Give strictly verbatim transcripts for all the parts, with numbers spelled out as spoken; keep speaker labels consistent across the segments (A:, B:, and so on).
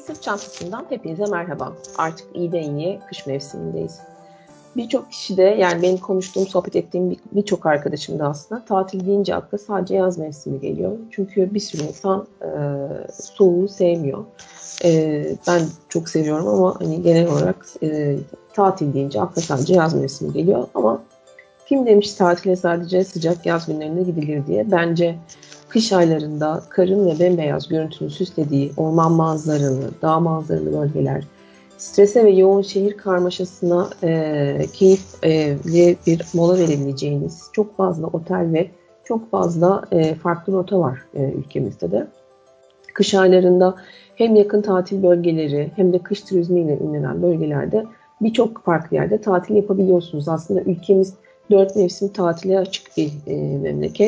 A: Sırt Çantası'ndan hepinize merhaba. Artık iyiden iyiye kış mevsimindeyiz. Birçok kişi de, yani benim konuştuğum, sohbet ettiğim birçok arkadaşım da aslında tatil deyince akla sadece yaz mevsimi geliyor. Çünkü bir sürü insan e, soğuğu sevmiyor. E, ben çok seviyorum ama hani genel olarak e, tatil deyince akla sadece yaz mevsimi geliyor. Ama kim demiş tatile sadece sıcak yaz günlerinde gidilir diye. Bence kış aylarında karın ve bembeyaz görüntünün süslediği orman manzaralı, dağ manzaralı bölgeler, strese ve yoğun şehir karmaşasına e, keyifli bir mola verebileceğiniz çok fazla otel ve çok fazla e, farklı rota var e, ülkemizde de. Kış aylarında hem yakın tatil bölgeleri hem de kış turizmiyle ünlenen bölgelerde birçok farklı yerde tatil yapabiliyorsunuz. Aslında ülkemiz dört mevsim tatile açık bir e, memleket.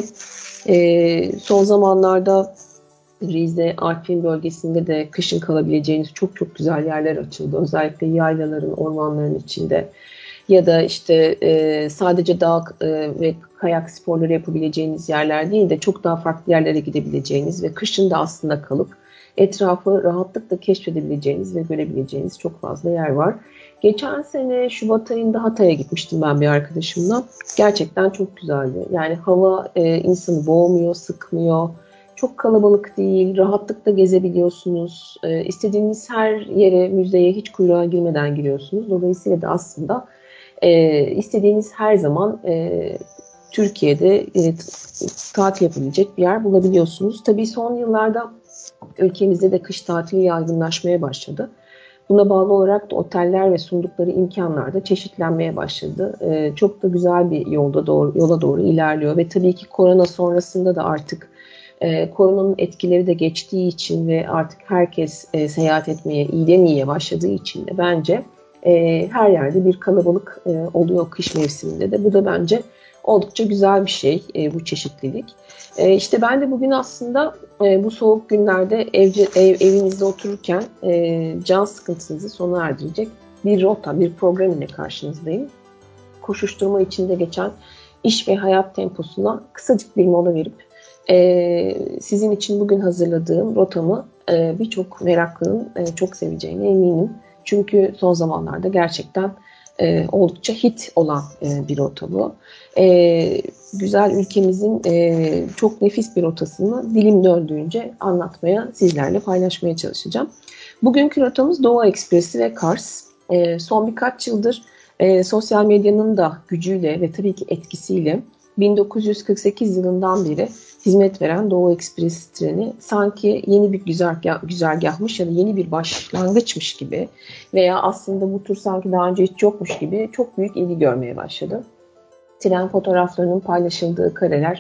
A: E, son zamanlarda Rize, Artvin bölgesinde de kışın kalabileceğiniz çok çok güzel yerler açıldı. Özellikle yaylaların, ormanların içinde. Ya da işte e, sadece dağ e, ve kayak sporları yapabileceğiniz yerler değil de çok daha farklı yerlere gidebileceğiniz ve kışın da aslında kalıp etrafı rahatlıkla keşfedebileceğiniz ve görebileceğiniz çok fazla yer var. Geçen sene Şubat ayında Hatay'a gitmiştim ben bir arkadaşımla. Gerçekten çok güzeldi. Yani hava e, insanı boğmuyor, sıkmıyor. Çok kalabalık değil, rahatlıkla gezebiliyorsunuz. E, istediğiniz her yere, müzeye hiç kuyruğa girmeden giriyorsunuz. Dolayısıyla da aslında e, istediğiniz her zaman e, Türkiye'de e, tatil yapabilecek bir yer bulabiliyorsunuz. Tabii son yıllarda ülkemizde de kış tatili yaygınlaşmaya başladı. Buna bağlı olarak da oteller ve sundukları imkanlar da çeşitlenmeye başladı. Ee, çok da güzel bir yolda doğru, yola doğru ilerliyor ve tabii ki korona sonrasında da artık e, koronanın etkileri de geçtiği için ve artık herkes e, seyahat etmeye iyiden iyiye başladığı için de bence e, her yerde bir kalabalık e, oluyor kış mevsiminde de. Bu da bence oldukça güzel bir şey, e, bu çeşitlilik. E, işte ben de bugün aslında e, bu soğuk günlerde evce, ev, evinizde otururken e, can sıkıntınızı sona erdirecek bir rota, bir program ile karşınızdayım. Koşuşturma içinde geçen iş ve hayat temposuna kısacık bir mola verip e, sizin için bugün hazırladığım rotamı e, birçok meraklının e, çok seveceğine eminim. Çünkü son zamanlarda gerçekten e, oldukça hit olan e, bir rota bu. E, güzel ülkemizin e, çok nefis bir rotasını dilim döndüğünce anlatmaya, sizlerle paylaşmaya çalışacağım. Bugünkü rotamız Doğu Ekspresi ve Kars. E, son birkaç yıldır e, sosyal medyanın da gücüyle ve tabii ki etkisiyle bin dokuz yüz kırk sekiz yılından beri hizmet veren Doğu Ekspresi treni sanki yeni bir güzergah, güzergahmış ya da yeni bir başlangıçmış gibi veya aslında bu tur sanki daha önce hiç yokmuş gibi çok büyük ilgi görmeye başladı. Tren fotoğraflarının paylaşıldığı kareler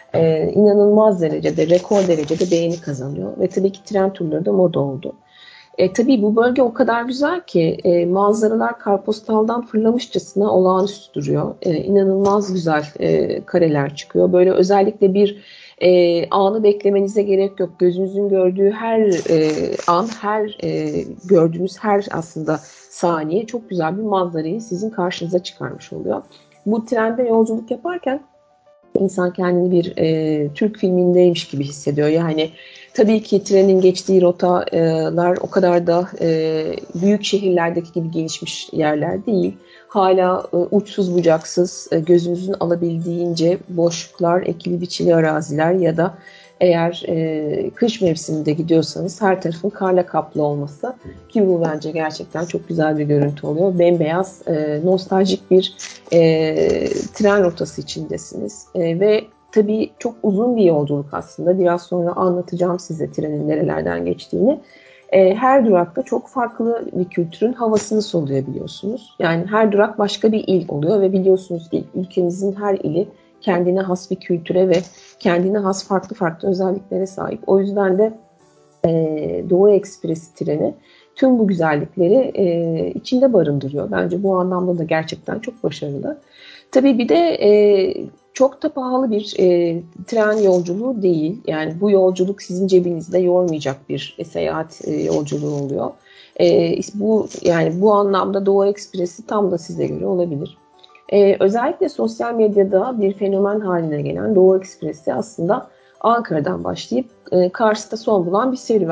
A: e, inanılmaz derecede, rekor derecede beğeni kazanıyor ve tabii ki tren turları da moda oldu. E, tabii bu bölge o kadar güzel ki e, manzaralar karpostaldan fırlamışçasına olağanüstü duruyor. E, inanılmaz güzel e, kareler çıkıyor. Böyle özellikle bir e, anı beklemenize gerek yok. Gözünüzün gördüğü her e, an, her e, gördüğünüz her aslında saniye çok güzel bir manzarayı sizin karşınıza çıkarmış oluyor. Bu trende yolculuk yaparken İnsan kendini bir e, Türk filmindeymiş gibi hissediyor. Yani tabii ki trenin geçtiği rotalar o kadar da e, büyük şehirlerdeki gibi gelişmiş yerler değil. Hala e, uçsuz bucaksız, e, gözünüzün alabildiğince boşluklar, ekili biçili araziler ya da eğer e, kış mevsiminde gidiyorsanız her tarafın karla kaplı olması, ki bu bence gerçekten çok güzel bir görüntü oluyor. Bembeyaz, e, nostaljik bir e, tren rotası içindesiniz e, ve tabii çok uzun bir yolculuk aslında. Biraz sonra anlatacağım size trenin nerelerden geçtiğini. E, her durakta çok farklı bir kültürün havasını soluyabiliyorsunuz. Yani her durak başka bir il oluyor ve biliyorsunuz ki ülkemizin her ili kendine has bir kültüre ve kendine has farklı farklı özelliklere sahip. O yüzden de e, Doğu Ekspresi treni tüm bu güzellikleri e, içinde barındırıyor. Bence bu anlamda da gerçekten çok başarılı. Tabii bir de e, çok da pahalı bir e, tren yolculuğu değil. Yani bu yolculuk sizin cebinizde yormayacak bir e, seyahat e, yolculuğu oluyor. E, bu yani bu anlamda Doğu Ekspresi tam da size göre olabilir. Ee, özellikle sosyal medyada bir fenomen haline gelen Doğu Ekspresi aslında Ankara'dan başlayıp e, Kars'ta son bulan bir serüven.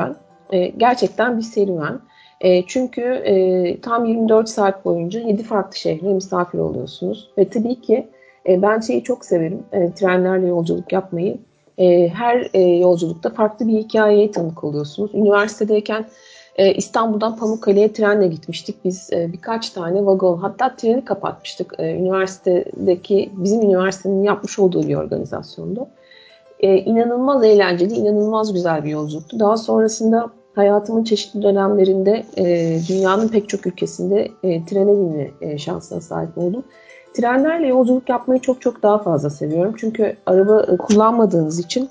A: E, gerçekten bir serüven. E, çünkü e, tam yirmi dört saat boyunca yedi farklı şehre misafir oluyorsunuz. Ve tabii ki e, ben şeyi çok severim, e, trenlerle yolculuk yapmayı. E, her e, yolculukta farklı bir hikayeye tanık oluyorsunuz. Üniversitedeyken e, İstanbul'dan Pamukkale'ye trenle gitmiştik. Biz e, birkaç tane vagon, hatta treni kapatmıştık. E, üniversitedeki, bizim üniversitenin yapmış olduğu bir organizasyondu. E, inanılmaz eğlenceli, inanılmaz güzel bir yolculuktu. Daha sonrasında hayatımın çeşitli dönemlerinde e, dünyanın pek çok ülkesinde e, trene binme e, şansına sahip oldum. Trenlerle yolculuk yapmayı çok çok daha fazla seviyorum. Çünkü araba e, kullanmadığınız için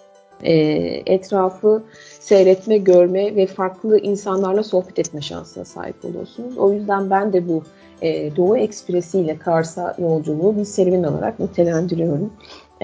A: e, etrafı seyretme, görme ve farklı insanlarla sohbet etme şansına sahip oluyorsunuz. O yüzden ben de bu e, Doğu Ekspresi ile Kars'a yolculuğu bir serüven olarak nitelendiriyorum.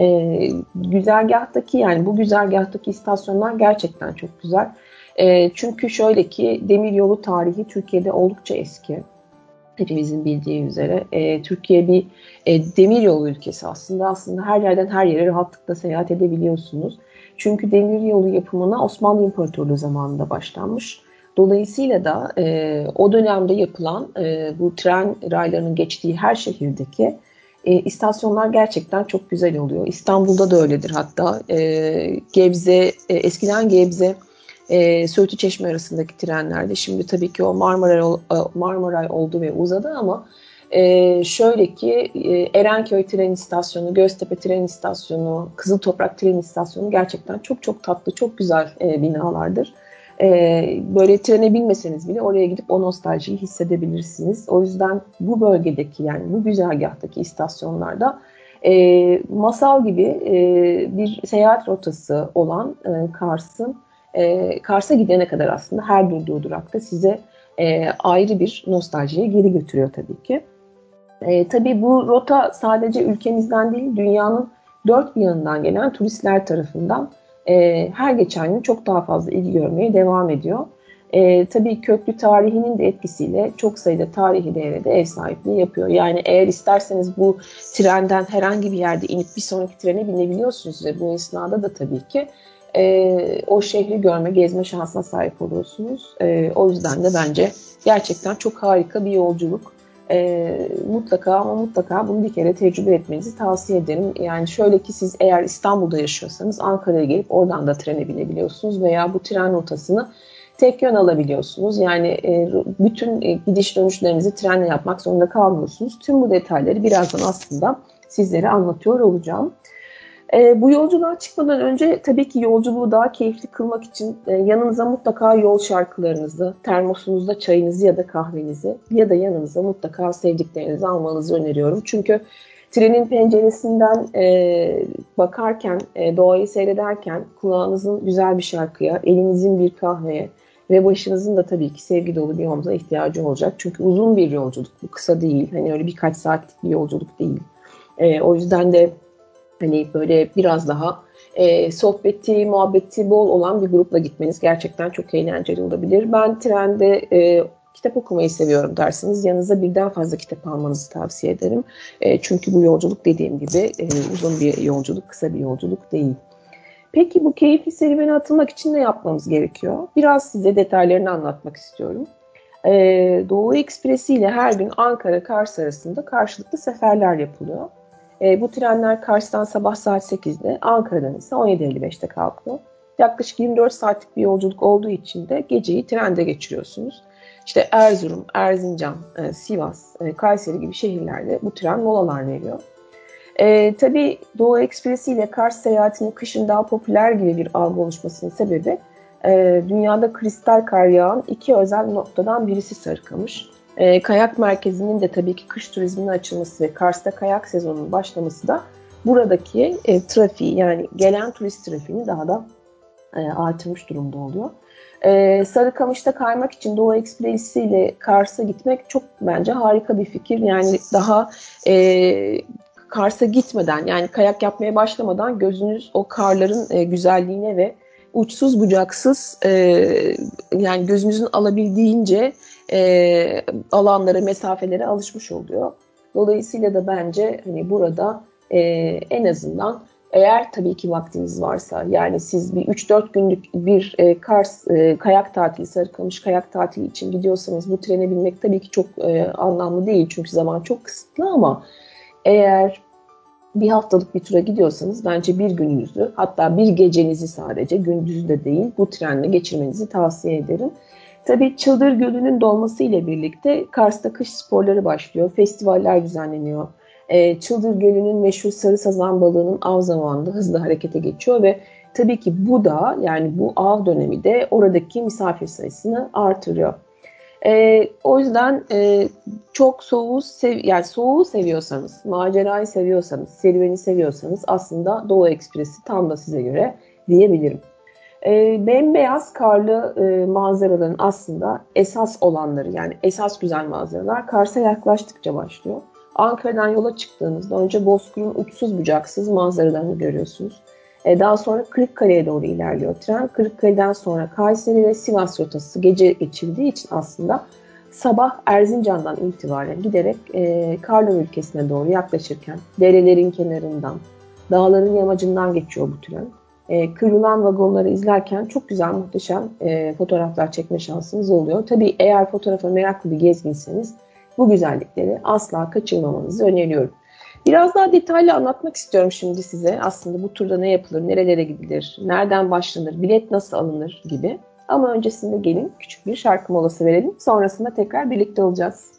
A: E, güzergahtaki yani bu güzergahtaki istasyonlar gerçekten çok güzel. E, çünkü şöyle ki demiryolu tarihi Türkiye'de oldukça eski. Hepimizin bildiği üzere e, Türkiye bir e, demiryolu ülkesi aslında. Aslında her yerden her yere rahatlıkla seyahat edebiliyorsunuz. Çünkü demiryolu yapımına Osmanlı İmparatorluğu zamanında başlanmış. Dolayısıyla da e, o dönemde yapılan e, bu tren raylarının geçtiği her şehirdeki e, istasyonlar gerçekten çok güzel oluyor. İstanbul'da da öyledir hatta. E, Gebze, e, eskiden Gebze e, Söğütlü Çeşme arasındaki trenlerde. Şimdi tabii ki o Marmaray, Marmaray oldu ve uzadı ama e, şöyle ki e, Erenköy tren istasyonu, Göztepe tren istasyonu, Kızıltoprak tren istasyonu gerçekten çok çok tatlı, çok güzel e, binalardır. E, böyle trene binmeseniz bile oraya gidip o nostaljiyi hissedebilirsiniz. O yüzden bu bölgedeki yani bu güzergahtaki istasyonlarda e, masal gibi e, bir seyahat rotası olan e, Kars'ın e, Kars'a gidene kadar aslında her durduğu durakta size e, ayrı bir nostaljiye geri götürüyor tabii ki. E, tabii bu rota sadece ülkemizden değil, dünyanın dört bir yanından gelen turistler tarafından e, her geçen gün çok daha fazla ilgi görmeye devam ediyor. E, tabii köklü tarihinin de etkisiyle çok sayıda tarihi değere de ev sahipliği yapıyor. Yani eğer isterseniz bu trenden herhangi bir yerde inip bir sonraki trene binebiliyorsunuz ve bu esnada da tabii ki e, o şehri görme, gezme şansına sahip oluyorsunuz. E, o yüzden de bence gerçekten çok harika bir yolculuk. E, mutlaka ama mutlaka bunu bir kere tecrübe etmenizi tavsiye ederim. Yani şöyle ki siz eğer İstanbul'da yaşıyorsanız Ankara'ya gelip oradan da trene binebiliyorsunuz veya bu tren rotasını tek yön alabiliyorsunuz. Yani e, bütün e, gidiş dönüşlerinizi trenle yapmak zorunda kalmıyorsunuz. Tüm bu detayları birazdan aslında sizlere anlatıyor olacağım. E, bu yolculuğa çıkmadan önce tabii ki yolculuğu daha keyifli kılmak için e, yanınıza mutlaka yol şarkılarınızı, termosunuzda çayınızı ya da kahvenizi ya da yanınıza mutlaka sevdiklerinizi almanızı öneriyorum. Çünkü trenin penceresinden e, bakarken, e, doğayı seyrederken kulağınızın güzel bir şarkıya, elinizin bir kahveye ve başınızın da tabii ki sevgi dolu bir omza ihtiyacı olacak. Çünkü uzun bir yolculuk, bu kısa değil. Hani öyle birkaç saatlik bir yolculuk değil. E, o yüzden de hani böyle biraz daha e, sohbeti, muhabbeti bol olan bir grupla gitmeniz gerçekten çok eğlenceli olabilir. Ben trende e, kitap okumayı seviyorum derseniz yanınıza birden fazla kitap almanızı tavsiye ederim. E, çünkü bu yolculuk dediğim gibi e, uzun bir yolculuk, kısa bir yolculuk değil. Peki bu keyifli serüvene atılmak için ne yapmamız gerekiyor? Biraz size detaylarını anlatmak istiyorum. E, Doğu Ekspresi ile her gün Ankara-Kars arasında karşılıklı seferler yapılıyor. E, bu trenler Kars'tan sabah saat sekizde, Ankara'dan ise on yedi elli beşte kalkıyor. Yaklaşık yirmi dört saatlik bir yolculuk olduğu için de geceyi trende geçiriyorsunuz. İşte Erzurum, Erzincan, e, Sivas, e, Kayseri gibi şehirlerde bu tren molalar veriyor. E, tabii Doğu Ekspresi ile Kars seyahatinin kışın daha popüler gibi bir algı oluşmasının sebebi e, dünyada kristal kar yağan iki özel noktadan birisi Sarıkamış. E, kayak merkezinin de tabii ki kış turizmine açılması ve Kars'ta kayak sezonunun başlaması da buradaki e, trafiği yani gelen turist trafiğini daha da e, artırmış durumda oluyor. E, Sarıkamış'ta kaymak için Doğu Ekspresi ile Kars'a gitmek çok bence harika bir fikir. Yani daha e, Kars'a gitmeden yani kayak yapmaya başlamadan gözünüz o karların e, güzelliğine ve uçsuz bucaksız e, yani gözünüzün alabildiğince e, alanlara, mesafelere alışmış oluyor. Dolayısıyla da bence hani burada e, en azından Eğer tabii ki vaktiniz varsa, yani siz bir üç dört günlük bir e, Kars e, kayak tatili, Sarıkamış kayak tatili için gidiyorsanız bu trene binmek tabii ki çok e, anlamlı değil. Çünkü zaman çok kısıtlı, ama eğer bir haftalık bir tura gidiyorsanız bence bir gününüzü, hatta bir gecenizi, sadece gündüzü de değil, bu trenle geçirmenizi tavsiye ederim. Tabii Çıldır Gölü'nün dolması ile birlikte Kars'ta kış sporları başlıyor. Festivaller düzenleniyor. Ee, Çıldır Gölü'nün meşhur sarı sazan balığının av zamanında hızlı harekete geçiyor ve tabii ki bu da, yani bu av dönemi de oradaki misafir sayısını artırıyor. Ee, o yüzden e, çok soğuğu sev yani soğuğu seviyorsanız, macerayı seviyorsanız, serüveni seviyorsanız aslında Doğu Ekspresi tam da size göre diyebilirim. E, bembeyaz karlı e, manzaraların aslında esas olanları, yani esas güzel manzaralar Kars'a yaklaştıkça başlıyor. Ankara'dan yola çıktığınızda önce Bozkır'ın uçsuz bucaksız manzaralarını görüyorsunuz. E, daha sonra Kırıkkale'ye doğru ilerliyor tren. Kırıkkale'den sonra Kayseri ve Sivas rotası gece geçildiği için aslında sabah Erzincan'dan itibaren giderek e, Karlon ülkesine doğru yaklaşırken derelerin kenarından, dağların yamacından geçiyor bu tren. E, kırılan vagonları izlerken çok güzel, muhteşem e, fotoğraflar çekme şansınız oluyor. Tabii eğer fotoğrafa meraklı bir gezginseniz bu güzellikleri asla kaçırmamanızı öneriyorum. Biraz daha detaylı anlatmak istiyorum şimdi size. Aslında bu turda ne yapılır, nerelere gidilir, nereden başlanır, bilet nasıl alınır gibi. Ama öncesinde gelin küçük bir şarkı molası verelim. Sonrasında tekrar birlikte olacağız.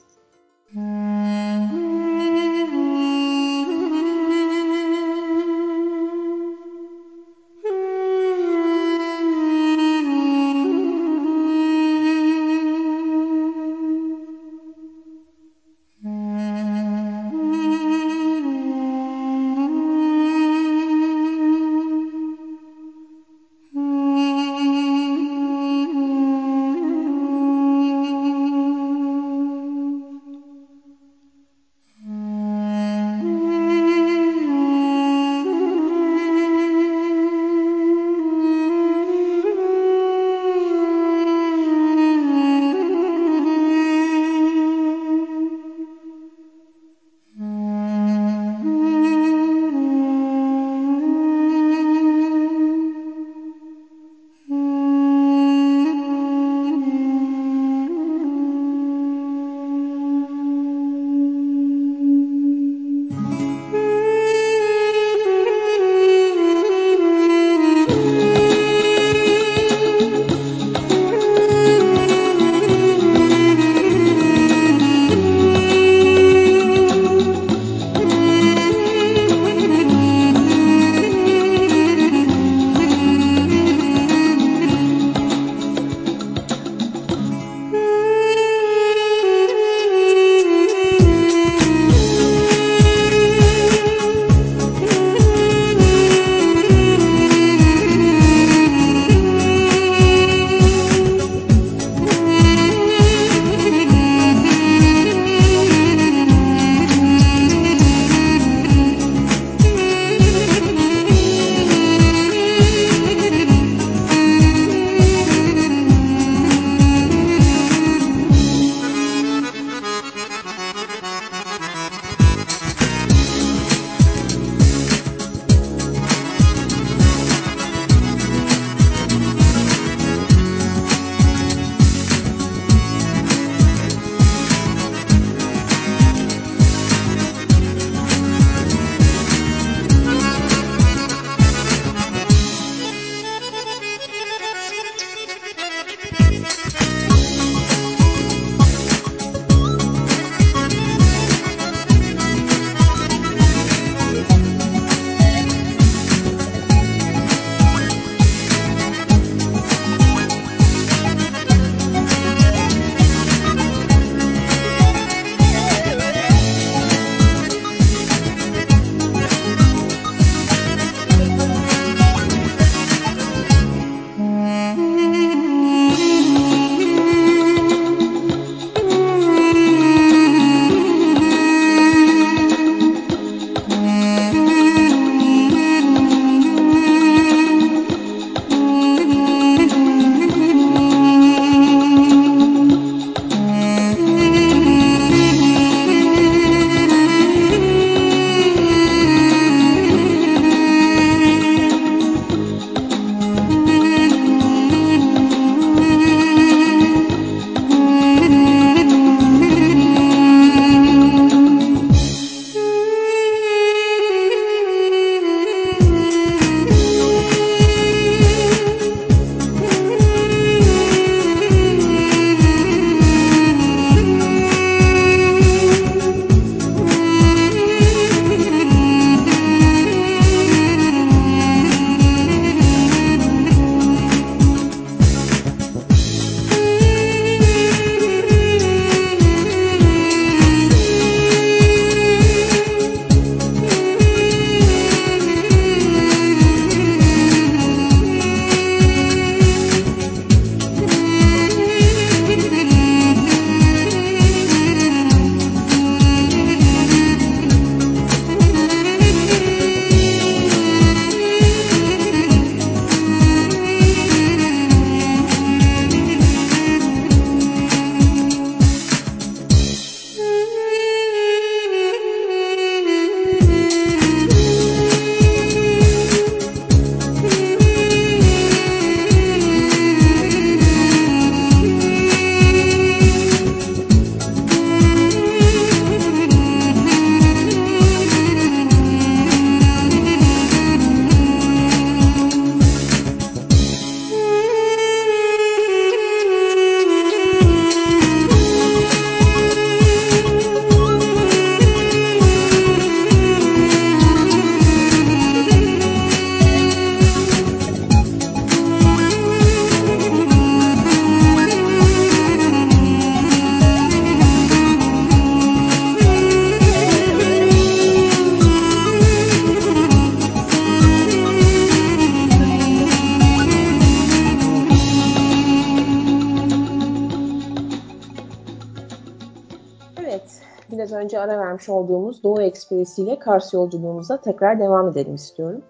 A: önce ara vermiş olduğumuz Doğu Ekspresi ile Kars yolculuğumuza tekrar devam edelim istiyorum.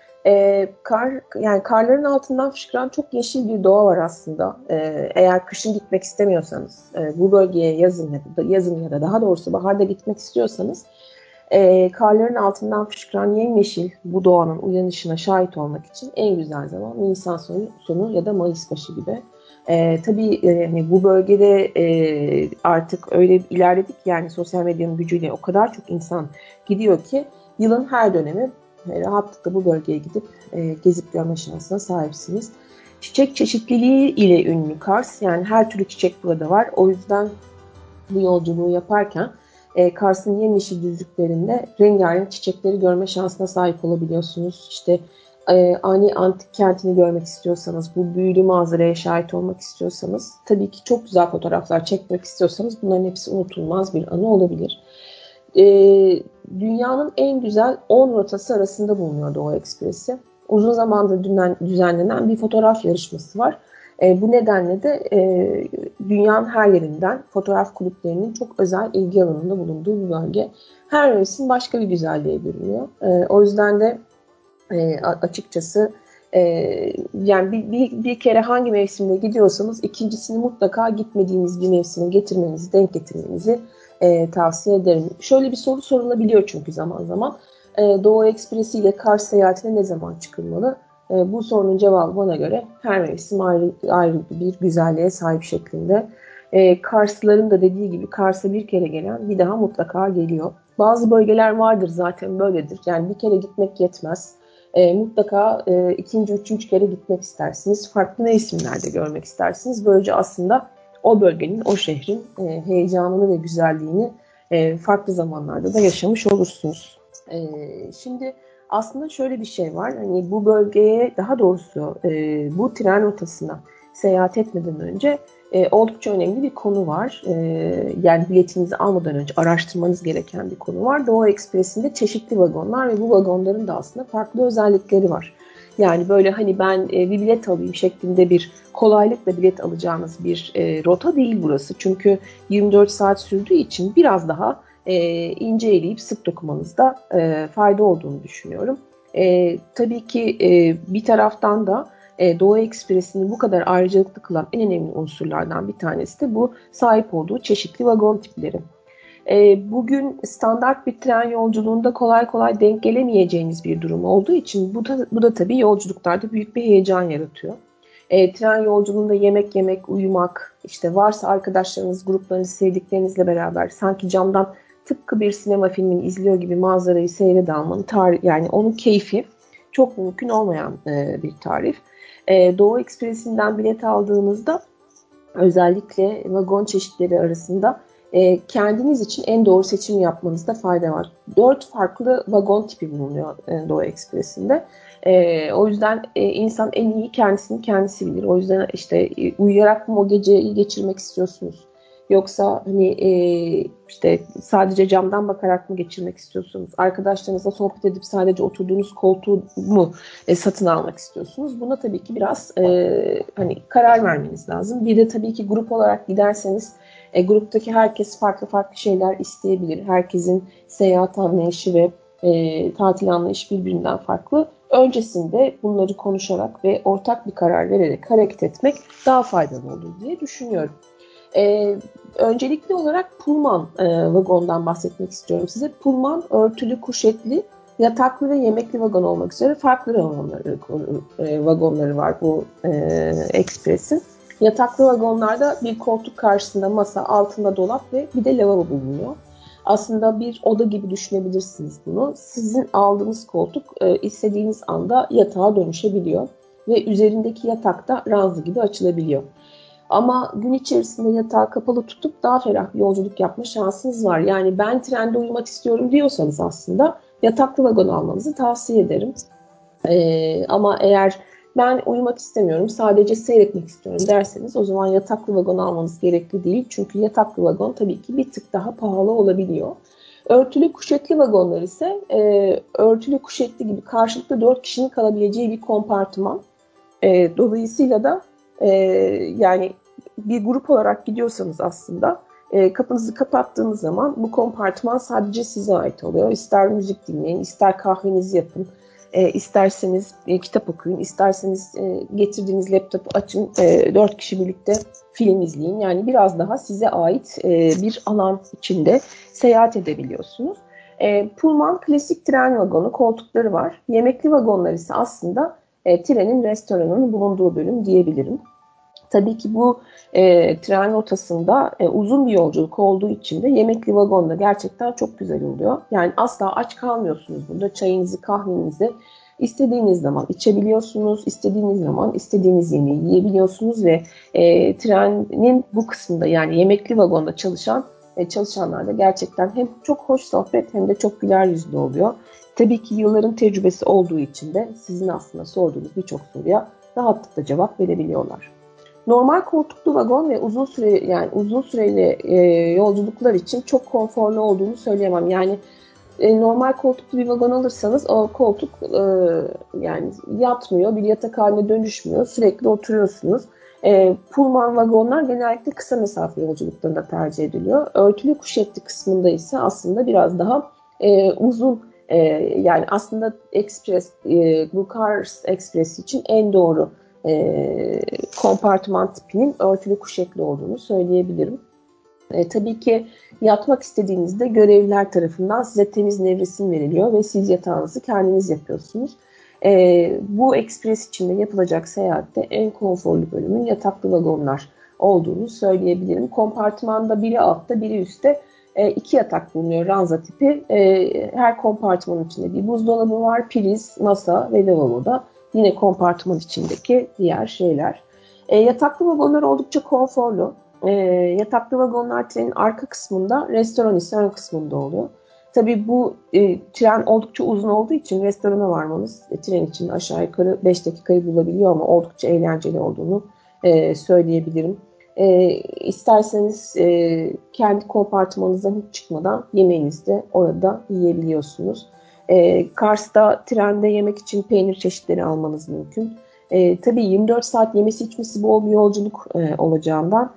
A: Ee, kar, yani karların altından fışkıran çok yeşil bir doğa var aslında. Ee, eğer kışın gitmek istemiyorsanız, e, bu bölgeye yazın ya da yazın ya da daha doğrusu baharda gitmek istiyorsanız, e, karların altından fışkıran yemyeşil bu doğanın uyanışına şahit olmak için en güzel zaman Nisan sonu, sonu ya da Mayıs başı gibi. E, tabii e, hani bu bölgede e, artık öyle ilerledik yani sosyal medyanın gücüyle o kadar çok insan gidiyor ki yılın her dönemi e, rahatlıkla bu bölgeye gidip e, gezip görme şansına sahipsiniz. Çiçek çeşitliliği ile ünlü Kars, yani her türlü çiçek burada var. O yüzden bu yolculuğu yaparken e, Kars'ın yemyeşil düzlüklerinde rengarenk çiçekleri görme şansına sahip olabiliyorsunuz. İşte e, ani antik kentini görmek istiyorsanız, bu büyülü manzaraya şahit olmak istiyorsanız, tabii ki çok güzel fotoğraflar çekmek istiyorsanız bunların hepsi unutulmaz bir anı olabilir. E, Dünyanın en güzel on rotası arasında bulunuyor Doğu Ekspresi. Uzun zamandır düzenlenen bir fotoğraf yarışması var. E, bu nedenle de e, dünyanın her yerinden fotoğraf kulüplerinin çok özel ilgi alanında bulunduğu bir bölge. Her mevsim başka bir güzelliğe bürünüyor. E, o yüzden de e, açıkçası e, yani bir, bir, bir kere hangi mevsimde gidiyorsanız ikincisini mutlaka gitmediğiniz bir mevsime getirmenizi, denk getirmenizi e, tavsiye ederim. Şöyle bir soru sorulabiliyor çünkü zaman zaman. E, Doğu Ekspresi ile Kars seyahatine ne zaman çıkılmalı? E, bu sorunun cevabı bana göre her mevsim ayrı, ayrı bir güzelliğe sahip şeklinde. E, Karslıların da dediği gibi Kars'a bir kere gelen bir daha mutlaka geliyor. Bazı bölgeler vardır zaten böyledir. Yani bir kere gitmek yetmez. E, mutlaka e, ikinci, üçüncü kere gitmek istersiniz. Farklı mevsimlerde görmek istersiniz. Böylece aslında o bölgenin, o şehrin e, heyecanını ve güzelliğini e, farklı zamanlarda da yaşamış olursunuz. E, şimdi aslında şöyle bir şey var. Hani bu bölgeye, daha doğrusu e, bu tren rotasına seyahat etmeden önce e, oldukça önemli bir konu var. E, yani biletinizi almadan önce araştırmanız gereken bir konu var. Doğu Ekspresi'nde çeşitli vagonlar ve bu vagonların da aslında farklı özellikleri var. Yani böyle hani ben e, bir bilet alayım şeklinde bir kolaylıkla bilet alacağınız bir e, rota değil burası. Çünkü yirmi dört saat sürdüğü için biraz daha e, ince eleyip sık dokumanızda e, fayda olduğunu düşünüyorum. E, tabii ki e, bir taraftan da e, Doğu Ekspresi'ni bu kadar ayrıcalıklı kılan en önemli unsurlardan bir tanesi de bu sahip olduğu çeşitli vagon tipleri. E, bugün standart bir tren yolculuğunda kolay kolay denk gelemeyeceğiniz bir durum olduğu için bu da, bu da tabii yolculuklarda büyük bir heyecan yaratıyor. E, tren yolculuğunda yemek yemek, uyumak, işte varsa arkadaşlarınız, gruplarınız, sevdiklerinizle beraber sanki camdan tıpkı bir sinema filmini izliyor gibi manzarayı seyrede almanın tarih, yani onun keyfi çok mümkün olmayan e, bir tarif. E, Doğu Ekspresi'nden bilet aldığınızda özellikle vagon çeşitleri arasında e, kendiniz için en doğru seçim yapmanızda fayda var. Dört farklı vagon tipi bulunuyor e, Doğu Ekspresi'nde. E, o yüzden e, insan en iyi kendisini kendisi bilir. O yüzden işte e, uyuyarak mı o geceyi geçirmek istiyorsunuz? Yoksa hani e, işte sadece camdan bakarak mı geçirmek istiyorsunuz? Arkadaşlarınızla sohbet edip sadece oturduğunuz koltuğu mu e, satın almak istiyorsunuz? Buna tabii ki biraz e, hani karar vermeniz lazım. Bir de tabii ki grup olarak giderseniz e, gruptaki herkes farklı farklı şeyler isteyebilir. Herkesin seyahat anlayışı ve e, tatil anlayışı birbirinden farklı. Öncesinde bunları konuşarak ve ortak bir karar vererek hareket etmek daha faydalı olur diye düşünüyorum. Ee, öncelikli olarak Pullman e, vagondan bahsetmek istiyorum size. Pullman örtülü, kuşetli, yataklı ve yemekli vagon olmak üzere farklı vagonları, e, vagonları var bu e, Express'in. Yataklı vagonlarda bir koltuk karşısında masa, altında dolap ve bir de lavabo bulunuyor. Aslında bir oda gibi düşünebilirsiniz bunu. Sizin aldığınız koltuk e, istediğiniz anda yatağa dönüşebiliyor ve üzerindeki yatak da ranza gibi açılabiliyor. Ama gün içerisinde yatağı kapalı tutup daha ferah bir yolculuk yapma şansınız var. Yani ben trende uyumak istiyorum diyorsanız aslında yataklı vagon almanızı tavsiye ederim. Ee, ama eğer ben uyumak istemiyorum, sadece seyretmek istiyorum derseniz o zaman yataklı vagon almanız gerekli değil. Çünkü yataklı vagon tabii ki bir tık daha pahalı olabiliyor. Örtülü kuşetli vagonlar ise e, örtülü kuşetli gibi karşılıklı dört kişinin kalabileceği bir kompartıman. E, dolayısıyla da e, yani bir grup olarak gidiyorsanız aslında E, kapınızı kapattığınız zaman bu kompartıman sadece size ait oluyor. İster müzik dinleyin, ister kahvenizi yapın, e, isterseniz e, kitap okuyun, isterseniz e, getirdiğiniz laptopu açın, e, dört kişi birlikte film izleyin. Yani biraz daha size ait e, bir alan içinde seyahat edebiliyorsunuz. E, Pullman klasik tren vagonu, koltukları var. Yemekli vagonlar ise aslında e, trenin, restoranın bulunduğu bölüm diyebilirim. Tabii ki bu e, tren rotasında e, uzun bir yolculuk olduğu için de yemekli vagonda gerçekten çok güzel oluyor. Yani asla aç kalmıyorsunuz burada. Çayınızı, kahvenizi istediğiniz zaman içebiliyorsunuz. İstediğiniz zaman istediğiniz yemeği yiyebiliyorsunuz ve e, trenin bu kısmında, yani yemekli vagonda çalışan e, çalışanlar da gerçekten hem çok hoş sohbet hem de çok güler yüzlü oluyor. Tabii ki yılların tecrübesi olduğu için de sizin aslında sorduğunuz birçok soruya rahatlıkla cevap verebiliyorlar. Normal koltuklu vagon ve uzun süre yani uzun süreli e, yolculuklar için çok konforlu olduğunu söyleyemem. Yani e, normal koltuklu bir vagon alırsanız o koltuk e, yani yatmıyor, bir yatak haline dönüşmüyor. Sürekli oturuyorsunuz. E, Pullman vagonlar genellikle kısa mesafe yolculuklarında tercih ediliyor. Örtülü kuşetli kısmında ise aslında biraz daha e, uzun e, yani aslında Express, e, bu Cars Express için en doğru E, kompartıman tipinin örtülü kuşetli olduğunu söyleyebilirim. E, tabii ki yatmak istediğinizde görevliler tarafından size temiz nevresim veriliyor ve siz yatağınızı kendiniz yapıyorsunuz. E, bu ekspres içinde yapılacak seyahatte en konforlu bölümün yataklı vagonlar olduğunu söyleyebilirim. Kompartımanda biri altta biri üstte e, iki yatak bulunuyor, ranza tipi. E, her kompartımanın içinde bir buzdolabı var, priz, masa ve lavaboda. Yine kompartıman içindeki diğer şeyler. E, yataklı vagonlar oldukça konforlu. E, yataklı vagonlar trenin arka kısmında, restoran ise ön kısmında oluyor. Tabii bu e, tren oldukça uzun olduğu için restorana varmanız e, tren için aşağı yukarı beş dakikayı bulabiliyor ama oldukça eğlenceli olduğunu e, söyleyebilirim. E, isterseniz e, kendi kompartımanınızdan hiç çıkmadan yemeğinizi de orada yiyebiliyorsunuz. E, Kars'ta trende yemek için peynir çeşitleri almanız mümkün. E, tabii yirmi dört saat yemesi içmesi bol bir yolculuk e, olacağından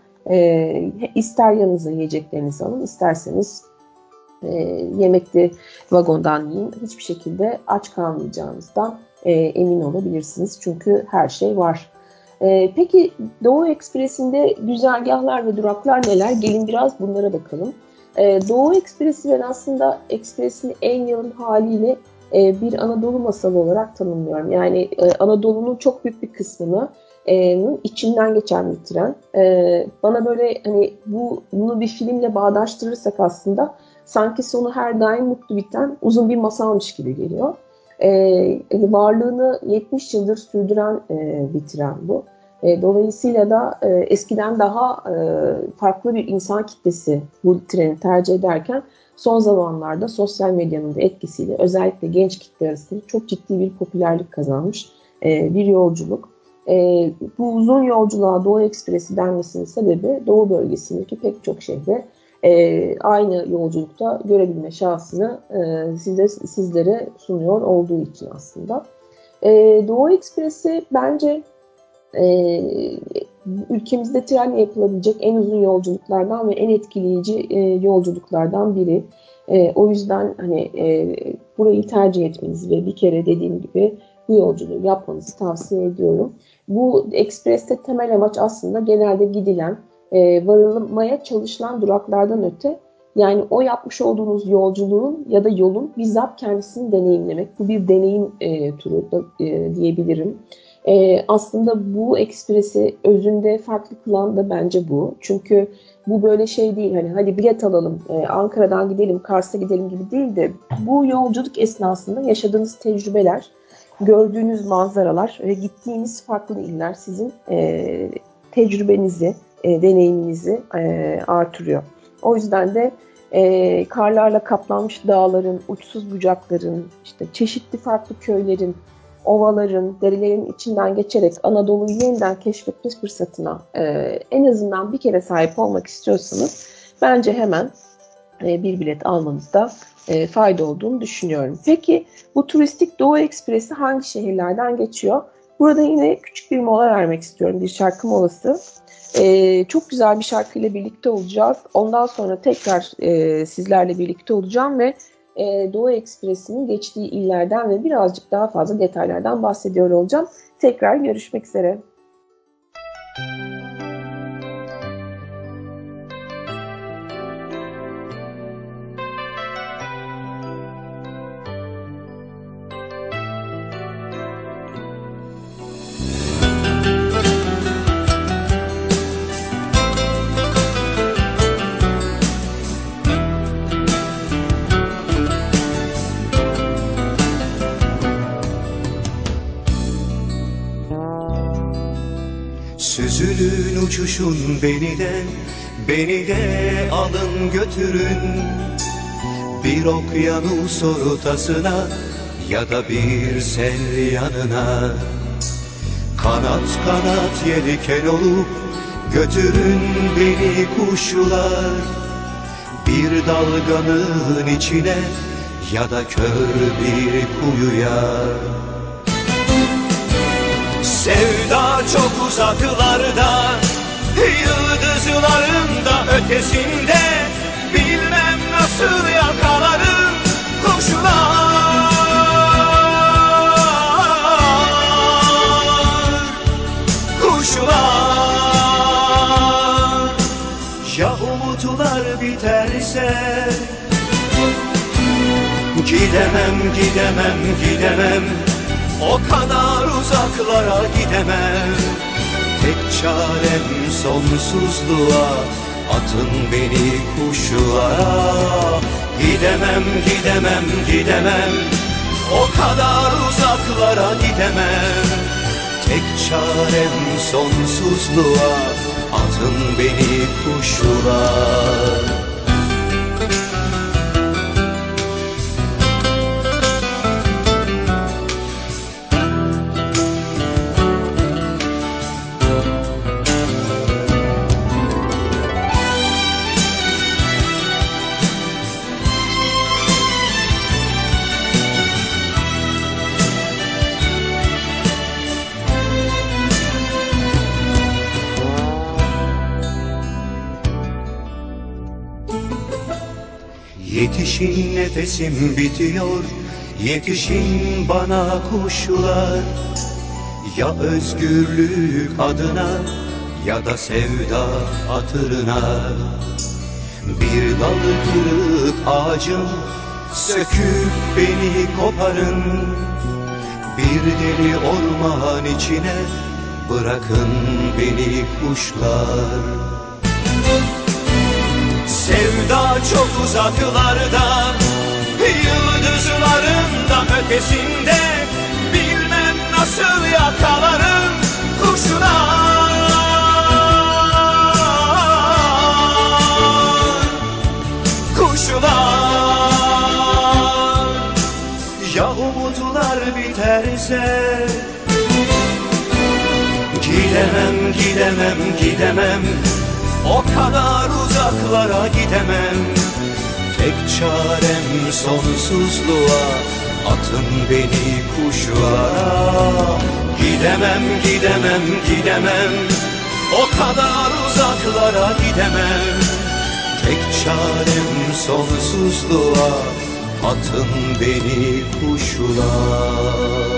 A: e, ister yanınıza yiyeceklerinizi alın, isterseniz e, yemekli vagondan yiyin. Hiçbir şekilde aç kalmayacağınızdan e, emin olabilirsiniz. Çünkü her şey var. E, peki Doğu Ekspresi'nde güzergahlar ve duraklar neler? Gelin biraz bunlara bakalım. E, Doğu Ekspresi ben aslında Ekspres'in en yalın haliyle e, bir Anadolu masalı olarak tanımlıyorum. Yani e, Anadolu'nun çok büyük bir kısmını e, içinden geçen bir tren. E, bana böyle hani bu bunu bir filmle bağdaştırırsak aslında sanki sonu her daim mutlu biten uzun bir masalmış gibi geliyor. E, varlığını yetmiş yıldır sürdüren e, bir tren bu. E, dolayısıyla da e, eskiden daha e, farklı bir insan kitlesi bu treni tercih ederken son zamanlarda sosyal medyanın da etkisiyle özellikle genç kitle arasında çok ciddi bir popülerlik kazanmış e, bir yolculuk. E, bu uzun yolculuğa Doğu Ekspresi denmesinin sebebi Doğu bölgesindeki pek çok şehre e, aynı yolculukta görebilme şansını e, size, sizlere sunuyor olduğu için aslında. E, Doğu Ekspresi bence e, ülkemizde trenle yapılabilecek en uzun yolculuklardan ve en etkileyici e, yolculuklardan biri. E, o yüzden hani e, burayı tercih etmenizi ve bir kere dediğim gibi bu yolculuğu yapmanızı tavsiye ediyorum. Bu ekspreste temel amaç aslında genelde gidilen, e, varılmaya çalışılan duraklardan öte, yani o yapmış olduğunuz yolculuğun ya da yolun bizzat kendisini deneyimlemek. Bu bir deneyim e, turu da e, diyebilirim. E, aslında bu ekspresi özünde farklı kılan da bence bu. Çünkü bu böyle şey değil, hani hadi bilet alalım, e, Ankara'dan gidelim, Kars'a gidelim gibi değil de bu yolculuk esnasında yaşadığınız tecrübeler, gördüğünüz manzaralar ve gittiğiniz farklı iller sizin e, tecrübenizi, e, deneyiminizi e, artırıyor. O yüzden de e, karlarla kaplanmış dağların, uçsuz bucakların, işte çeşitli farklı köylerin, ovaların, derilerin içinden geçerek Anadolu'yu yeniden keşfetme fırsatına e, en azından bir kere sahip olmak istiyorsanız bence hemen e, bir bilet almanızda e, fayda olduğunu düşünüyorum. Peki bu turistik Doğu Ekspresi hangi şehirlerden geçiyor? Burada yine küçük bir mola vermek istiyorum. Bir şarkı molası. Ee, çok güzel bir şarkıyla birlikte olacağız. Ondan sonra tekrar e, sizlerle birlikte olacağım ve e, Doğu Ekspresi'nin geçtiği illerden ve birazcık daha fazla detaylardan bahsediyor olacağım. Tekrar görüşmek üzere.
B: Süzülün uçuşun beni de, beni de alın götürün. Bir okyanus ortasına ya da bir sel yanına. Kanat kanat yelken olup götürün beni kuşlar. Bir dalganın içine ya da kör bir kuyuya. Sevda çok uzaklarda, yıldızların da ötesinde. Bilmem nasıl yakalarım kuşlar. Kuşlar. Ya umutlar biterse, gidemem, gidemem, gidemem. O kadar uzaklara gidemem. Tek çarem sonsuzluğa, atın beni kuşlara. Gidemem, gidemem, gidemem. O kadar uzaklara gidemem. Tek çarem sonsuzluğa, atın beni kuşlara. Yetişin, nefesim bitiyor, yetişin bana kuşlar. Ya özgürlük adına ya da sevda hatırına. Bir dal kırık ağacım, söküp beni koparın. Bir deli orman içine bırakın beni kuşlar. Sevda çok uzaklarda, yıldızların da ötesinde. Bilmem nasıl yakalarım kuşlar. Kuşlar. Ya umutlar biterse, gidemem, gidemem, gidemem. O kadar uzaklara gidemem. Tek çarem sonsuzluğa, atın beni kuşlara. Gidemem, gidemem, gidemem. O kadar uzaklara gidemem. Tek çarem sonsuzluğa, atın beni kuşlara.